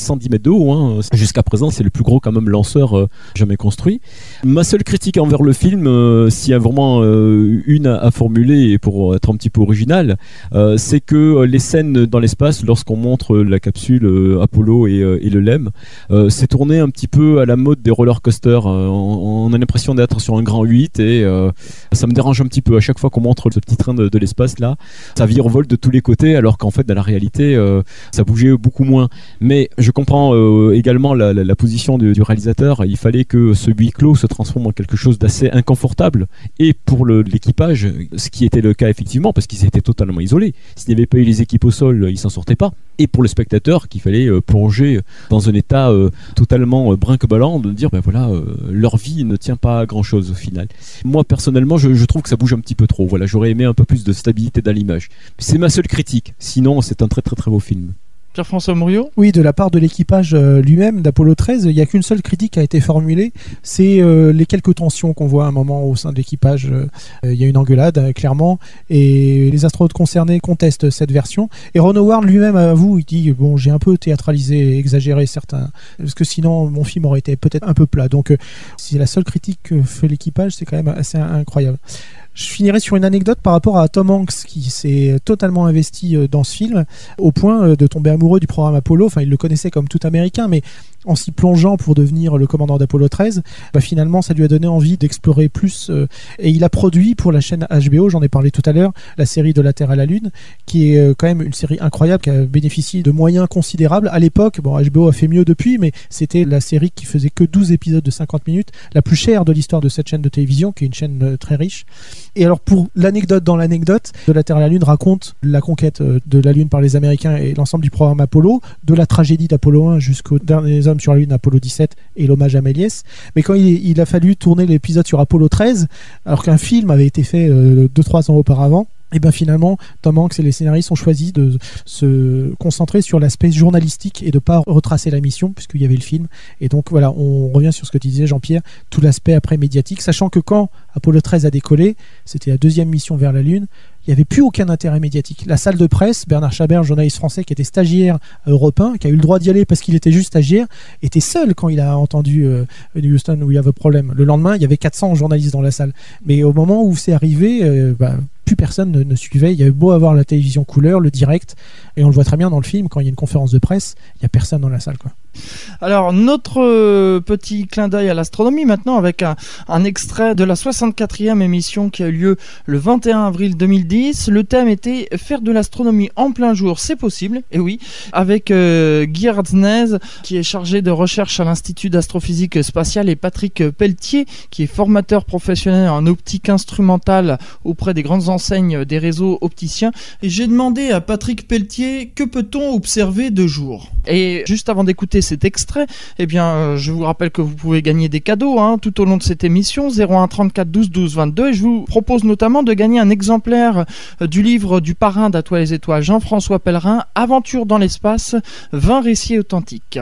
d'eau. Hein. Jusqu'à présent, c'est le plus gros quand même lanceur euh, jamais construit. Ma seule critique envers le film, euh, s'il y a vraiment euh, une à, à formuler, et pour être un petit peu original, euh, c'est que les scènes dans l'espace, lorsqu'on montre la capsule euh, Apollo et, euh, et le LEM, euh, c'est tourné un petit peu à la mode des roller coasters. Euh, on, on a l'impression d'être sur un grand huit et euh, ça me dérange un petit peu à chaque fois qu'on montre ce petit train de, de l'espace là. Ça virevolte de tous les côtés, alors qu'en fait dans la réalité euh, ça bougeait beaucoup moins. Mais je comprends euh, également la, la, la position du, du réalisateur. Il fallait que ce huis clos se transforme en quelque chose d'assez inconfortable, et pour le, l'équipage, ce qui était le cas effectivement, parce qu'ils étaient totalement isolés. S'il n'y avait pas eu les équipes au sol, ils s'en sortaient pas. Et pour le spectateur, qu'il fallait euh, plonger dans un état euh, totalement euh, brinque-ballant, de dire ben voilà, euh, leur vie ne tient pas à grand chose au final. Moi personnellement, je, je trouve que ça bouge un petit peu trop. Voilà, j'aurais aimé un peu plus de stabilité dans l'image. C'est ma seule critique. Sinon, c'est un très très très beau film. Pierre-François Mouriot ? Oui, de la part de l'équipage euh, lui-même d'Apollo treize, il n'y a qu'une seule critique qui a été formulée, c'est euh, les quelques tensions qu'on voit à un moment au sein de l'équipage. Euh, il y a une engueulade, euh, clairement, et les astronautes concernés contestent cette version. Et Ron Howard lui-même avoue, il dit, bon, j'ai un peu théâtralisé et exagéré certains, parce que sinon mon film aurait été peut-être un peu plat. Donc, euh, c'est la seule critique que fait l'équipage, c'est quand même assez incroyable. Je finirai sur une anecdote par rapport à Tom Hanks qui s'est totalement investi dans ce film au point de tomber amoureux du programme Apollo. Enfin, il le connaissait comme tout Américain, mais en s'y plongeant pour devenir le commandant d'Apollo treize, bah finalement ça lui a donné envie d'explorer plus euh, et il a produit pour la chaîne H B O, j'en ai parlé tout à l'heure, la série De la Terre à la Lune, qui est euh, quand même une série incroyable, qui a bénéficié de moyens considérables à l'époque. Bon, H B O a fait mieux depuis, mais c'était la série qui faisait que douze épisodes de cinquante minutes, la plus chère de l'histoire de cette chaîne de télévision, qui est une chaîne euh, très riche. Et alors, pour l'anecdote dans l'anecdote, De la Terre à la Lune raconte la conquête euh, de la Lune par les Américains et l'ensemble du programme Apollo, de la tragédie d'Apollo un jusqu'aux derniers hommes sur la Lune, Apollo dix-sept, et l'hommage à Méliès. Mais quand il, il a fallu tourner l'épisode sur Apollo treize, alors qu'un film avait été fait euh, deux trois ans auparavant, et bien finalement, Tom Hanks et les scénaristes ont choisi de se concentrer sur l'aspect journalistique et de pas retracer la mission, puisqu'il y avait le film. Et donc voilà, on revient sur ce que tu disais, Jean-Pierre, tout l'aspect après médiatique, sachant que quand Apollo treize a décollé, c'était la deuxième mission vers la Lune, il n'y avait plus aucun intérêt médiatique. La salle de presse, Bernard Chabert, journaliste français qui était stagiaire à Europe un, qui a eu le droit d'y aller parce qu'il était juste stagiaire, était seul quand il a entendu euh, Houston où il y avait problème. Le lendemain, il y avait quatre cents journalistes dans la salle. Mais au moment où c'est arrivé, euh, bah, plus personne ne, ne suivait. Il y avait beau avoir la télévision couleur, le direct, et on le voit très bien dans le film, quand il y a une conférence de presse, il n'y a personne dans la salle, quoi. Alors, notre euh, petit clin d'œil à l'astronomie maintenant, avec un, un extrait de la soixante-quatrième émission qui a eu lieu le vingt et un avril deux mille dix. Le thème était « Faire de l'astronomie en plein jour, c'est possible », et oui, avec euh, Guy Hartznez, qui est chargé de recherche à l'Institut d'astrophysique spatiale, et Patrick Pelletier, qui est formateur professionnel en optique instrumentale auprès des grandes enseignes des réseaux opticiens. Et j'ai demandé à Patrick Pelletier, que peut-on observer de jour ? Et juste avant d'écouter cet extrait, eh bien, euh, je vous rappelle que vous pouvez gagner des cadeaux hein, tout au long de cette émission, zéro un trente-quatre douze douze vingt-deux, et je vous propose notamment de gagner un exemplaire euh, du livre du parrain d'À toi les étoiles, Jean-François Pellerin, Aventure dans l'espace, vingt récits authentiques.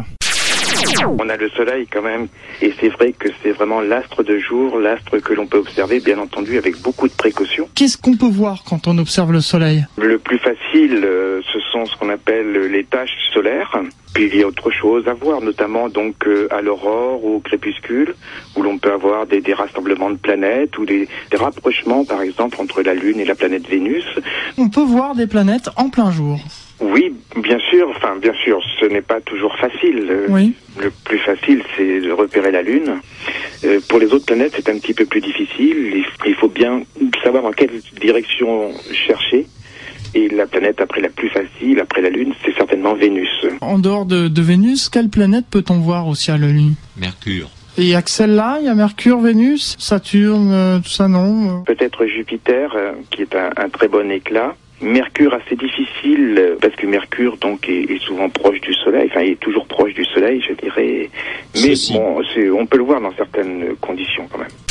On a le soleil quand même, et c'est vrai que c'est vraiment l'astre de jour, l'astre que l'on peut observer, bien entendu, avec beaucoup de précautions. Qu'est-ce qu'on peut voir quand on observe le soleil ? Le plus facile, euh, ce sont ce qu'on appelle les taches solaires. Puis il y a autre chose à voir, notamment donc euh, à l'aurore ou au crépuscule, où l'on peut avoir des, des rassemblements de planètes ou des, des rapprochements, par exemple, entre la Lune et la planète Vénus. On peut voir des planètes en plein jour. Oui, bien sûr. Enfin, bien sûr, ce n'est pas toujours facile. Oui. Le plus facile, c'est de repérer la Lune. Euh, pour les autres planètes, c'est un petit peu plus difficile. Il faut bien savoir dans quelle direction chercher. Et la planète après la plus facile, après la Lune, c'est certainement Vénus. En dehors de, de Vénus, quelle planète peut-on voir aussi à la Lune ? Mercure. Et il y a que celle-là, il y a Mercure, Vénus, Saturne, euh, tout ça, non ? Peut-être Jupiter, euh, qui est un, un très bon éclat. Mercure assez difficile, euh, parce que Mercure donc est, est souvent proche du Soleil, enfin il est toujours proche du Soleil, je dirais. Mais Ceci. bon, c'est, on peut le voir dans certaines conditions quand même.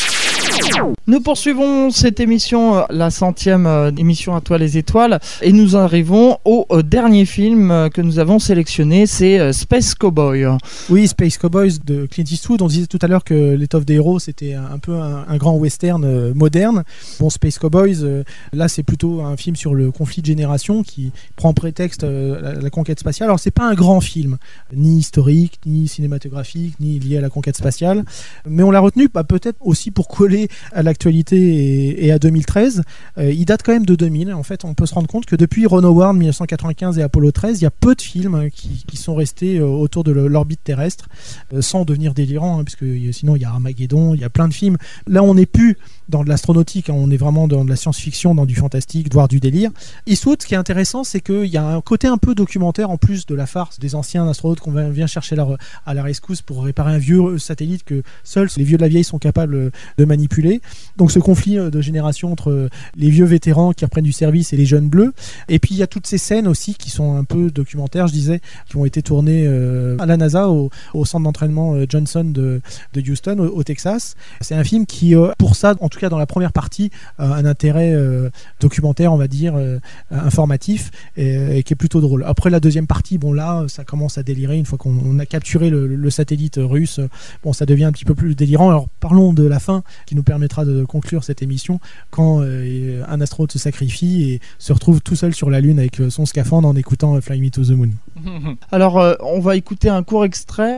Nous poursuivons cette émission, la centième euh, émission À toi les étoiles, et nous arrivons au euh, dernier film euh, que nous avons sélectionné, c'est euh, Space Cowboy. Oui, Space Cowboys de Clint Eastwood. On disait tout à l'heure que L'étoffe des héros, c'était un, un peu un, un grand western euh, moderne. Bon, Space Cowboys, euh, là, c'est plutôt un film sur le conflit de génération qui prend prétexte euh, la, la conquête spatiale. Alors, c'est pas un grand film, ni historique, ni cinématographique, ni lié à la conquête spatiale, mais on l'a retenu bah, peut-être aussi pour coller à l'actualité et, et à deux mille treize. Euh, il date quand même de deux mille. En fait, on peut se rendre compte que depuis Ron Howard mille neuf cent quatre-vingt-quinze et Apollo treize, il y a peu de films qui, qui sont restés euh, autour de l'orbite terrestre, euh, sans devenir délirant, hein, parce que sinon il y a Armageddon, il y a plein de films. Là, on n'est plus dans de l'astronautique, hein, on est vraiment dans de la science-fiction, dans du fantastique, voire du délire. Eastwood, ce qui est intéressant, c'est qu'il y a un côté un peu documentaire en plus de la farce des anciens astronautes qu'on vient chercher à la, à la rescousse pour réparer un vieux satellite que seuls les vieux de la vieille sont capables de manipuler. Donc ce conflit de génération entre les vieux vétérans qui reprennent du service et les jeunes bleus. Et puis il y a toutes ces scènes aussi qui sont un peu documentaires, je disais, qui ont été tournées euh, à la NASA, au, au centre d'entraînement Johnson de, de Houston, au, au Texas. C'est un film qui, euh, pour ça, en tout cas dans la première partie, a un intérêt euh, documentaire, on va dire, euh, informatif, et, et qui est plutôt drôle. Après la deuxième partie, bon là, ça commence à délirer une fois qu'on a capturé le, le satellite russe. Bon, ça devient un petit peu plus délirant. Alors parlons de la fin qui nous permettra de conclure cette émission, quand euh, un astronaute se sacrifie et se retrouve tout seul sur la Lune avec son scaphandre en écoutant Fly Me to the Moon. Alors, euh, on va écouter un court extrait.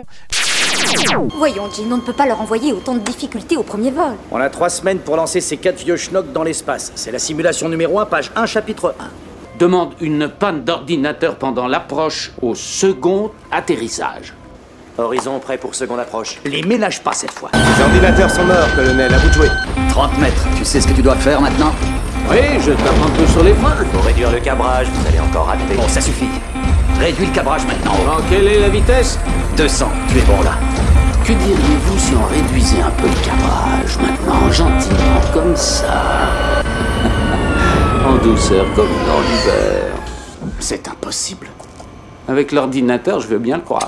Voyons, Jean, on ne peut pas leur envoyer autant de difficultés au premier vol. On a trois semaines pour lancer ces quatre vieux schnocks dans l'espace. C'est la simulation numéro un, page un, chapitre un. Demande une panne d'ordinateur pendant l'approche au second atterrissage. Horizon prêt pour seconde approche. Les ménage pas cette fois. Les ordinateurs sont morts, colonel, à vous de jouer. trente mètres, tu sais ce que tu dois faire maintenant? Oui, je tape un peu sur les freins. Faut réduire le cabrage, vous allez encore rater. Bon, ça suffit. Réduis le cabrage maintenant. Alors, quelle est la vitesse? deux cents, tu es bon là. Que diriez-vous si on réduisait un peu le cabrage maintenant, gentiment, comme ça? En douceur, comme dans l'hiver. C'est impossible. Avec l'ordinateur, je veux bien le croire.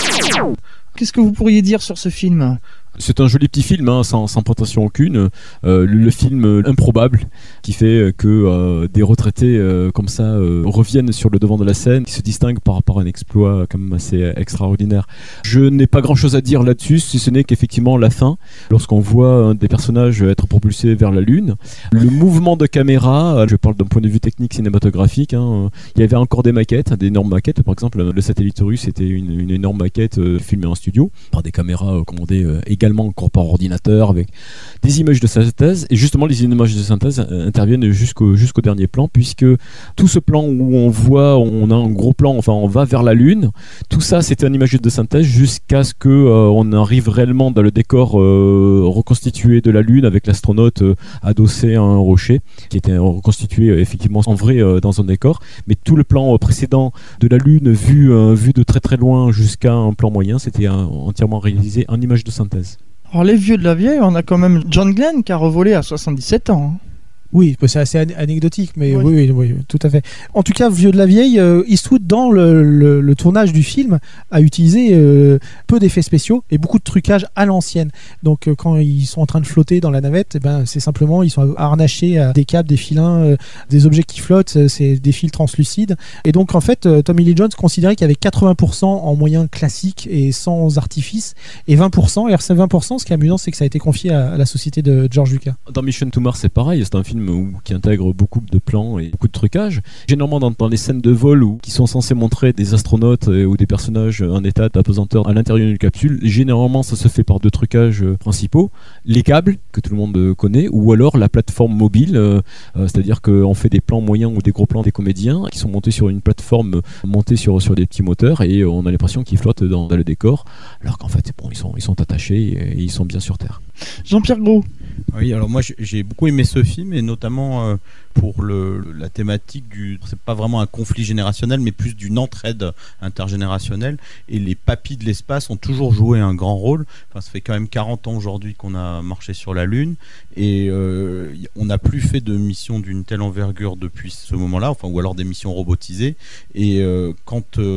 Qu'est-ce que vous pourriez dire sur ce film ? C'est un joli petit film, hein, sans, sans prétention aucune. Euh, le, le film improbable qui fait que euh, des retraités euh, comme ça euh, reviennent sur le devant de la scène, qui se distinguent par rapport à un exploit quand même assez extraordinaire. Je n'ai pas grand-chose à dire là-dessus, si ce n'est qu'effectivement la fin, lorsqu'on voit un des personnages être propulsé vers la Lune, le mouvement de caméra, je parle d'un point de vue technique cinématographique, hein, il y avait encore des maquettes, d'énormes maquettes. Par exemple, le satellite russe était une, une énorme maquette euh, filmée en studio par des caméras euh, commandées euh, également encore par ordinateur avec des images de synthèse, et justement les images de synthèse interviennent jusqu'au jusqu'au dernier plan, puisque tout ce plan où on voit, on a un gros plan, enfin on va vers la Lune, tout ça c'était une image de synthèse jusqu'à ce que euh, on arrive réellement dans le décor euh, reconstitué de la Lune, avec l'astronaute euh, adossé à un rocher qui était reconstitué euh, effectivement en vrai euh, dans un décor, mais tout le plan euh, précédent de la Lune vu, euh, vu de très très loin jusqu'à un plan moyen, c'était euh, entièrement réalisé en image de synthèse. Alors les vieux de la vieille, on a quand même John Glenn qui a revolé à soixante-dix-sept ans. Hein. Oui, c'est assez anecdotique, mais oui. Oui, oui, oui, tout à fait. En tout cas, vieux de la vieille, euh, Eastwood, dans le, le, le tournage du film, a utilisé euh, peu d'effets spéciaux et beaucoup de trucage à l'ancienne. Donc, euh, quand ils sont en train de flotter dans la navette, eh ben, c'est simplement, ils sont harnachés à des câbles, des filins, euh, des objets qui flottent, c'est des fils translucides. Et donc, en fait, euh, Tommy Lee Jones considérait qu'il y avait quatre-vingts pour cent en moyens classiques et sans artifice, et vingt pour cent. Et ces vingt pour cent, ce qui est amusant, c'est que ça a été confié à, à la société de George Lucas. Dans Mission to Mars, c'est pareil, c'est un film Où, qui intègre beaucoup de plans et beaucoup de trucage. Généralement dans, dans les scènes de vol où, qui sont censées montrer des astronautes euh, ou des personnages en état d'apesanteur à l'intérieur d'une capsule, généralement ça se fait par deux trucages euh, principaux. Les câbles, que tout le monde euh, connaît, ou alors la plateforme mobile, euh, euh, c'est-à-dire qu'on fait des plans moyens ou des gros plans des comédiens qui sont montés sur une plateforme euh, montée sur, sur des petits moteurs, et euh, on a l'impression qu'ils flottent dans, dans le décor, alors qu'en fait bon, ils, sont, ils sont attachés et, et ils sont bien sur Terre. Jean-Pierre Gros. Oui, alors moi j'ai beaucoup aimé ce film, et notamment euh, pour le, la thématique du, c'est pas vraiment un conflit générationnel, mais plus d'une entraide intergénérationnelle, et les papis de l'espace ont toujours joué un grand rôle. Enfin, ça fait quand même quarante ans aujourd'hui qu'on a marché sur la Lune, et euh, on n'a plus fait de missions d'une telle envergure depuis ce moment-là, enfin, ou alors des missions robotisées, et euh, quand euh,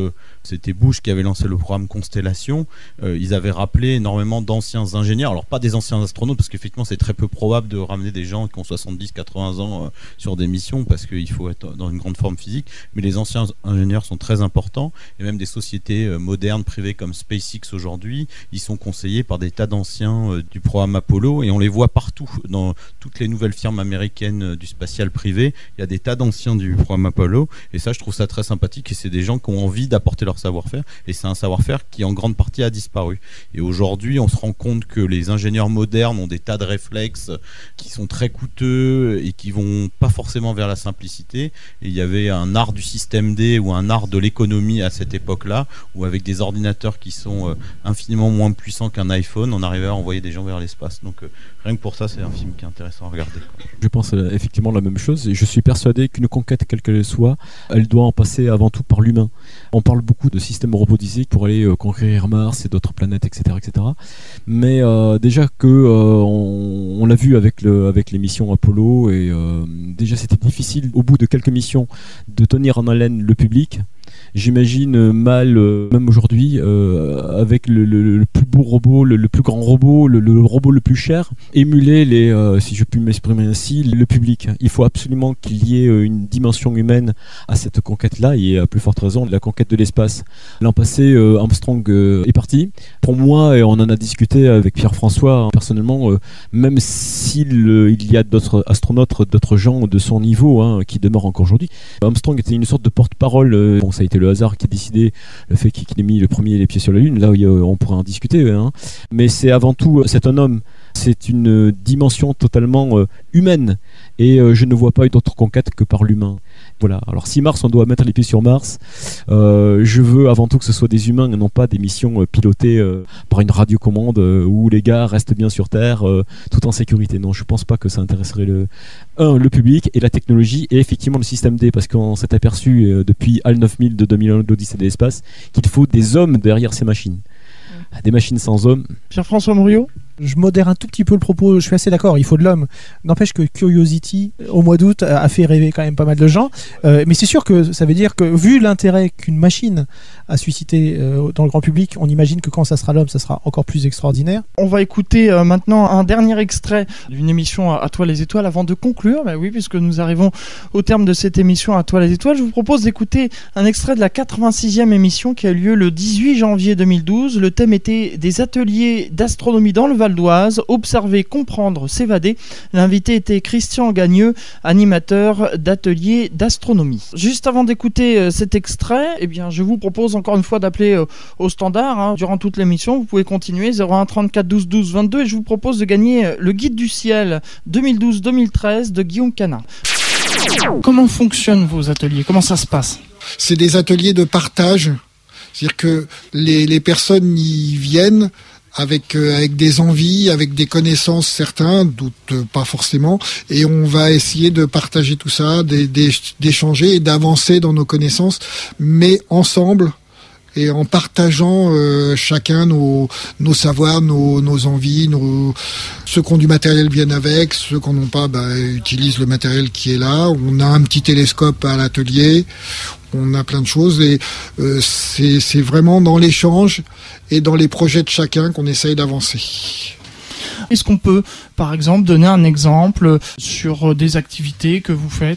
C'était Bush qui avait lancé le programme Constellation. Euh, ils avaient rappelé énormément d'anciens ingénieurs, alors pas des anciens astronautes, parce qu'effectivement c'est très peu probable de ramener des gens qui ont soixante-dix quatre-vingts ans euh, sur des missions, parce qu'il faut être dans une grande forme physique, mais les anciens ingénieurs sont très importants, et même des sociétés euh, modernes, privées comme SpaceX aujourd'hui, ils sont conseillés par des tas d'anciens euh, du programme Apollo, et on les voit partout, dans toutes les nouvelles firmes américaines euh, du spatial privé, il y a des tas d'anciens du programme Apollo, et ça je trouve ça très sympathique, et c'est des gens qui ont envie d'apporter leur savoir-faire, et c'est un savoir-faire qui en grande partie a disparu. Et aujourd'hui, on se rend compte que les ingénieurs modernes ont des tas de réflexes qui sont très coûteux et qui vont pas forcément vers la simplicité. Et il y avait un art du système D ou un art de l'économie à cette époque-là, où avec des ordinateurs qui sont infiniment moins puissants qu'un iPhone, on arrivait à envoyer des gens vers l'espace. Donc rien que pour ça, c'est un film qui est intéressant à regarder, quoi. Je pense effectivement la même chose, et je suis persuadé qu'une conquête, quelle qu'elle soit, elle doit en passer avant tout par l'humain. On parle beaucoup de systèmes robotisés pour aller euh, conquérir Mars et d'autres planètes, et cetera, et cetera. Mais euh, déjà que euh, on, on l'a vu avec le avec les missions Apollo, et euh, déjà c'était difficile au bout de quelques missions de tenir en haleine le public. J'imagine mal, euh, même aujourd'hui, euh, avec le, le, le plus beau robot, le, le plus grand robot, le, le robot le plus cher, émuler les, euh, si je puis m'exprimer ainsi, le public. Il faut absolument qu'il y ait une dimension humaine à cette conquête-là, et à plus forte raison, la conquête de l'espace. L'an passé, euh, Armstrong euh, est parti. Pour moi, et on en a discuté avec Pierre-François, hein, personnellement, euh, même s'il euh, il y a d'autres astronautes, d'autres gens de son niveau, hein, qui demeurent encore aujourd'hui, Armstrong était une sorte de porte-parole. Euh, bon, ça a été le hasard qui a décidé le fait qu'il ait mis le premier les pieds sur la Lune. Là, on pourrait en discuter, hein. Mais c'est avant tout, c'est un homme. C'est une dimension totalement euh, humaine, et euh, je ne vois pas d'autre conquête que par l'humain. Voilà. Alors si Mars, on doit mettre les pieds sur Mars, euh, je veux avant tout que ce soit des humains et non pas des missions euh, pilotées euh, par une radiocommande euh, où les gars restent bien sur Terre euh, tout en sécurité. Non, je pense pas que ça intéresserait le un le public et la technologie, et effectivement le système D, parce qu'on s'est aperçu euh, depuis HAL neuf mille de deux mille un de l'Odyssée de l'espace qu'il faut des hommes derrière ces machines. Des machines sans hommes. Pierre-François Mouriot ? Je modère un tout petit peu le propos, je suis assez d'accord, il faut de l'homme. N'empêche que Curiosity, au mois d'août, a fait rêver quand même pas mal de gens. Euh, mais c'est sûr que ça veut dire que, vu l'intérêt qu'une machine a suscité euh, dans le grand public, on imagine que quand ça sera l'homme, ça sera encore plus extraordinaire. On va écouter euh, maintenant un dernier extrait d'une émission À toi les étoiles avant de conclure. Bah oui, puisque nous arrivons au terme de cette émission À toi les étoiles, je vous propose d'écouter un extrait de la quatre-vingt-sixième émission qui a eu lieu le dix-huit janvier deux mille douze. Le thème était des ateliers d'astronomie dans le Val d'Oise, observer, comprendre, s'évader. L'invité était Christian Gagneux, animateur d'ateliers d'astronomie. Juste avant d'écouter euh, cet extrait, eh bien, je vous propose encore une fois d'appeler euh, au standard, hein, durant toute l'émission. Vous pouvez continuer, zéro un trente-quatre douze douze vingt-deux, et je vous propose de gagner euh, le Guide du ciel deux mille douze deux mille treize de Guillaume Canard. Comment fonctionnent vos ateliers ? Comment ça se passe ? C'est des ateliers de partage. C'est-à-dire que les, les personnes y viennent avec euh, avec des envies, avec des connaissances, certains, d'autres euh, pas forcément, et on va essayer de partager tout ça, d'échanger et d'avancer dans nos connaissances, mais ensemble, et en partageant euh, chacun nos, nos savoirs, nos, nos envies, nos... ceux qui ont du matériel viennent avec, ceux qui n'en ont pas bah, utilisent le matériel qui est là. On a un petit télescope à l'atelier, on a plein de choses, et euh, c'est, c'est vraiment dans l'échange et dans les projets de chacun qu'on essaye d'avancer. Est-ce qu'on peut, par exemple, donner un exemple sur des activités que vous faites ?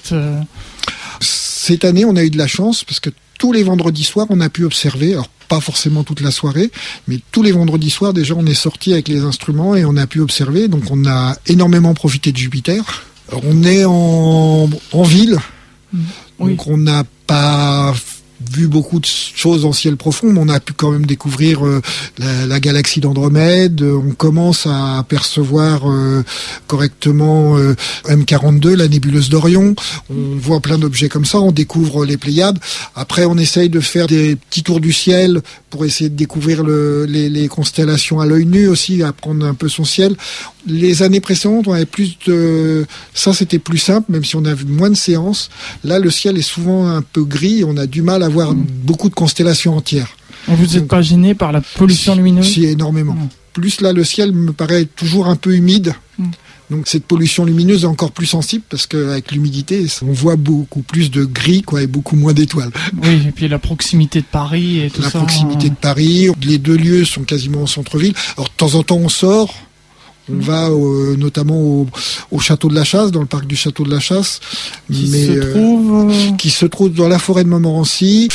Cette année, on a eu de la chance parce que tous les vendredis soirs, on a pu observer, alors pas forcément toute la soirée, mais tous les vendredis soirs, déjà, on est sorti avec les instruments et on a pu observer. Donc, on a énormément profité de Jupiter. Alors, on est en, en ville, mmh. oui. Donc on n'a pas vu beaucoup de choses en ciel profond, mais on a pu quand même découvrir euh, la, la galaxie d'Andromède. On commence à apercevoir euh, correctement euh, M quarante-deux, la nébuleuse d'Orion. On voit plein d'objets comme ça, on découvre les Pléiades. Après, on essaye de faire des petits tours du ciel pour essayer de découvrir le, les, les constellations à l'œil nu aussi, apprendre un peu son ciel. Les années précédentes, on avait plus de... Ça, c'était plus simple, même si on a vu moins de séances. Là, le ciel est souvent un peu gris, on a du mal à voir mmh. beaucoup de constellations entières. Et vous n'êtes pas gêné par la pollution lumineuse ? Si, énormément. Mmh. Plus là, le ciel me paraît toujours un peu humide. Mmh. Donc cette pollution lumineuse est encore plus sensible parce qu'avec l'humidité, on voit beaucoup plus de gris, quoi, et beaucoup moins d'étoiles. Oui, et puis la proximité de Paris et tout la ça. La proximité de Paris, les deux lieux sont quasiment au centre-ville. Alors de temps en temps, on sort. On va euh, notamment au, au château de la Chasse, dans le parc du château de la Chasse, qui mais se trouve euh, qui se trouve dans la forêt de Montmorency.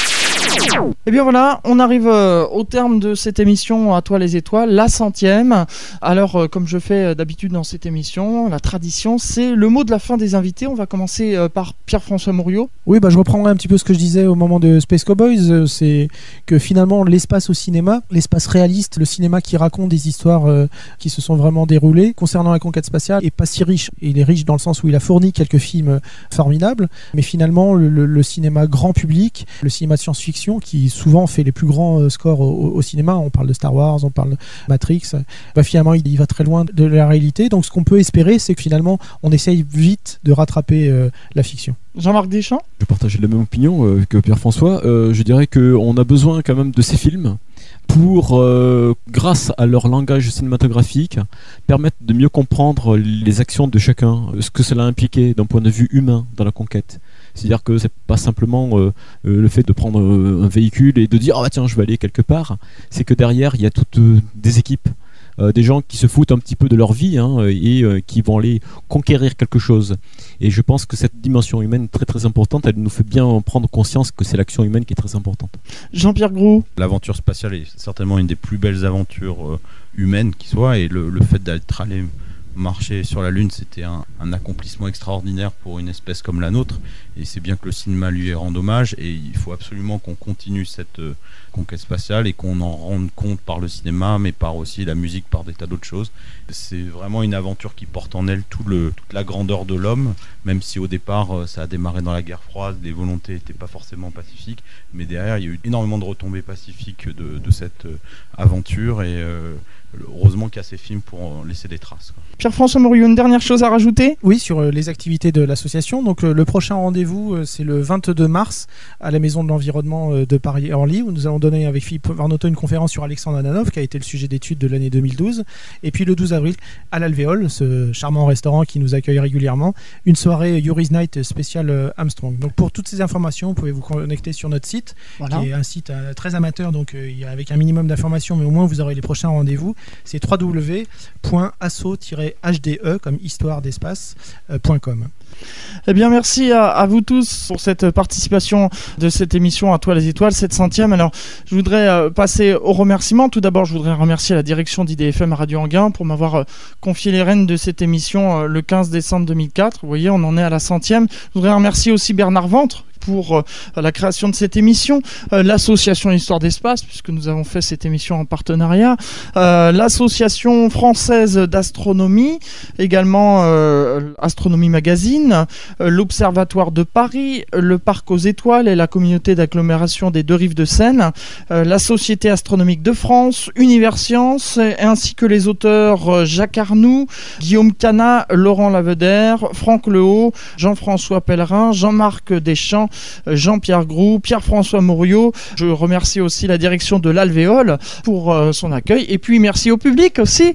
Et bien voilà, on arrive euh, au terme de cette émission À toi les étoiles, la centième. Alors euh, comme je fais d'habitude dans cette émission, la tradition, c'est le mot de la fin des invités. On va commencer euh, par Pierre-François Mouriot. Oui, bah, je reprendrai un petit peu ce que je disais au moment de Space Cowboys, euh, c'est que finalement l'espace au cinéma, l'espace réaliste, le cinéma qui raconte des histoires euh, qui se sont vraiment déroulées concernant la conquête spatiale, est pas si riche. Il est riche dans le sens où il a fourni quelques films formidables, mais finalement le, le, le cinéma grand public, le cinéma de science-fiction qui souvent fait les plus grands scores au, au cinéma, on parle de Star Wars, on parle de Matrix, bah finalement il, il va très loin de la réalité. Donc ce qu'on peut espérer, c'est que finalement on essaye vite de rattraper euh, la fiction. Jean-Marc Deschamps ? Je partage la même opinion euh, que Pierre-François. Euh, je dirais qu'on a besoin quand même de ces films pour, euh, grâce à leur langage cinématographique, permettre de mieux comprendre les actions de chacun, ce que cela impliquait d'un point de vue humain dans la conquête. C'est-à-dire que c'est pas simplement euh, euh, le fait de prendre euh, un véhicule et de dire ah bah tiens je vais aller quelque part. C'est que derrière il y a toutes euh, des équipes, euh, des gens qui se foutent un petit peu de leur vie hein, et euh, qui vont aller conquérir quelque chose. Et je pense que cette dimension humaine très très importante, elle nous fait bien prendre conscience que c'est l'action humaine qui est très importante. Jean-Pierre Gros. L'aventure spatiale est certainement une des plus belles aventures euh, humaines qui soit, et le, le fait d'être allé marcher sur la Lune, c'était un, un accomplissement extraordinaire pour une espèce comme la nôtre, et c'est bien que le cinéma lui rende hommage, et il faut absolument qu'on continue cette euh, conquête spatiale et qu'on en rende compte par le cinéma, mais par aussi la musique, par des tas d'autres choses. C'est vraiment une aventure qui porte en elle tout le, toute la grandeur de l'homme, même si au départ euh, ça a démarré dans la guerre froide, les volontés n'étaient pas forcément pacifiques, mais derrière il y a eu énormément de retombées pacifiques de, de cette euh, aventure, et euh, heureusement qu'il y a ces films pour laisser des traces, quoi. Pierre-François Mouriot, une dernière chose à rajouter ? Oui, sur euh, les activités de l'association. Donc euh, le prochain rendez-vous, euh, c'est le vingt-deux mars à la Maison de l'Environnement euh, de Paris-Orly, où nous allons donner avec Philippe Varnoto une conférence sur Alexandre Ananov, qui a été le sujet d'étude de l'année deux mille douze. Et puis le douze avril, à l'Alvéole, ce charmant restaurant qui nous accueille régulièrement, une soirée Yuri's Night spéciale euh, Armstrong. Donc pour toutes ces informations, vous pouvez vous connecter sur notre site, voilà, qui est un site euh, très amateur, donc euh, avec un minimum d'informations, mais au moins vous aurez les prochains rendez-vous. C'est w w w point asso tiret h d e comme histoire d'espace point com. Eh bien, merci à, à vous tous pour cette participation de cette émission À toi les étoiles, cette centième. Alors, je voudrais euh, passer aux remerciements. Tout d'abord, je voudrais remercier la direction d'I D F M Radio Anguin pour m'avoir euh, confié les rênes de cette émission euh, le quinze décembre deux mille quatre. Vous voyez, on en est à la centième. Je voudrais remercier aussi Bernard Ventre pour euh, la création de cette émission, euh, l'association Histoire d'Espace, puisque nous avons fait cette émission en partenariat, euh, l'association française d'astronomie, également euh, Astronomie Magazine, euh, l'Observatoire de Paris, le Parc aux Étoiles et la communauté d'agglomération des deux rives de Seine, euh, la Société astronomique de France, Univers Science, ainsi que les auteurs euh, Jacques Arnoux, Guillaume Canat, Laurent Lavedère, Franck Lehaut, Jean-François Pellerin, Jean-Marc Deschamps, Jean-Pierre Groux, Pierre-François Mouriot. Je remercie aussi la direction de l'Alvéole pour euh, son accueil, et puis merci au public aussi.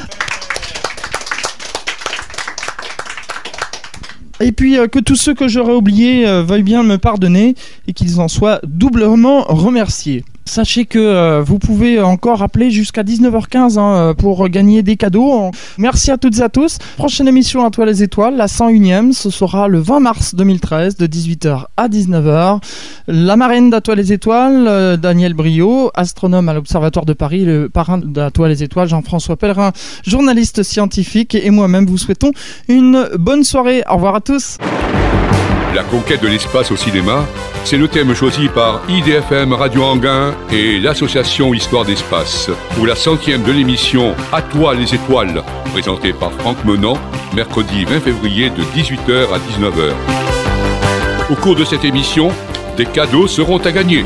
Et puis euh, que tous ceux que j'aurais oubliés euh, veuillent bien me pardonner et qu'ils en soient doublement remerciés. Sachez que euh, vous pouvez encore appeler jusqu'à dix-neuf heures quinze hein, pour gagner des cadeaux. Merci à toutes et à tous. Prochaine émission À toi les étoiles, la cent unième, ce sera le vingt mars deux mille treize de dix-huit heures à dix-neuf heures. La marraine d'À toi les étoiles, euh, Daniel Brio, astronome à l'Observatoire de Paris, le parrain d'À toi les étoiles, Jean-François Pellerin, journaliste scientifique, et moi-même vous souhaitons une bonne soirée. Au revoir à tous. La conquête de l'espace au cinéma, c'est le thème choisi par I D F M Radio Anguin et l'association Histoire d'Espace pour la centième de l'émission À toi les étoiles, présentée par Franck Menant, mercredi vingt février de dix-huit heures à dix-neuf heures. Au cours de cette émission, des cadeaux seront à gagner.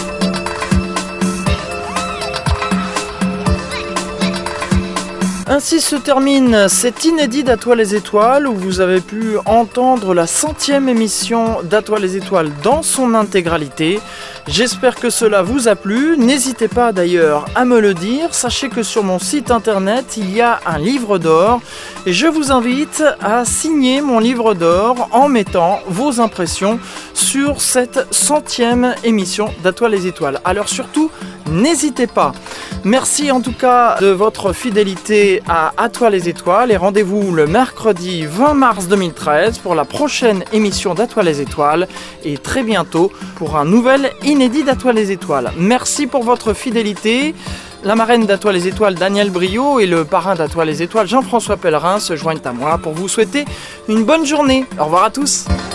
Ainsi Ainsi se termine cet inédit d'À toi les étoiles où vous avez pu entendre la centième émission d'À toi les étoiles dans son intégralité. J'espère que cela vous a plu. N'hésitez pas d'ailleurs à me le dire. Sachez que sur mon site internet, il y a un livre d'or et je vous invite à signer mon livre d'or en mettant vos impressions sur cette centième émission d'À toi les étoiles. Alors surtout, n'hésitez pas. Merci en tout cas de votre fidélité à À toi les étoiles et rendez-vous le mercredi vingt mars deux mille treize pour la prochaine émission d'À toi les étoiles et très bientôt pour un nouvel inédit d'À toi les étoiles. Merci pour votre fidélité. La marraine d'À toi les étoiles, Daniel Brio, et le parrain d'À toi les étoiles, Jean-François Pellerin, se joignent à moi pour vous souhaiter une bonne journée. Au revoir à tous.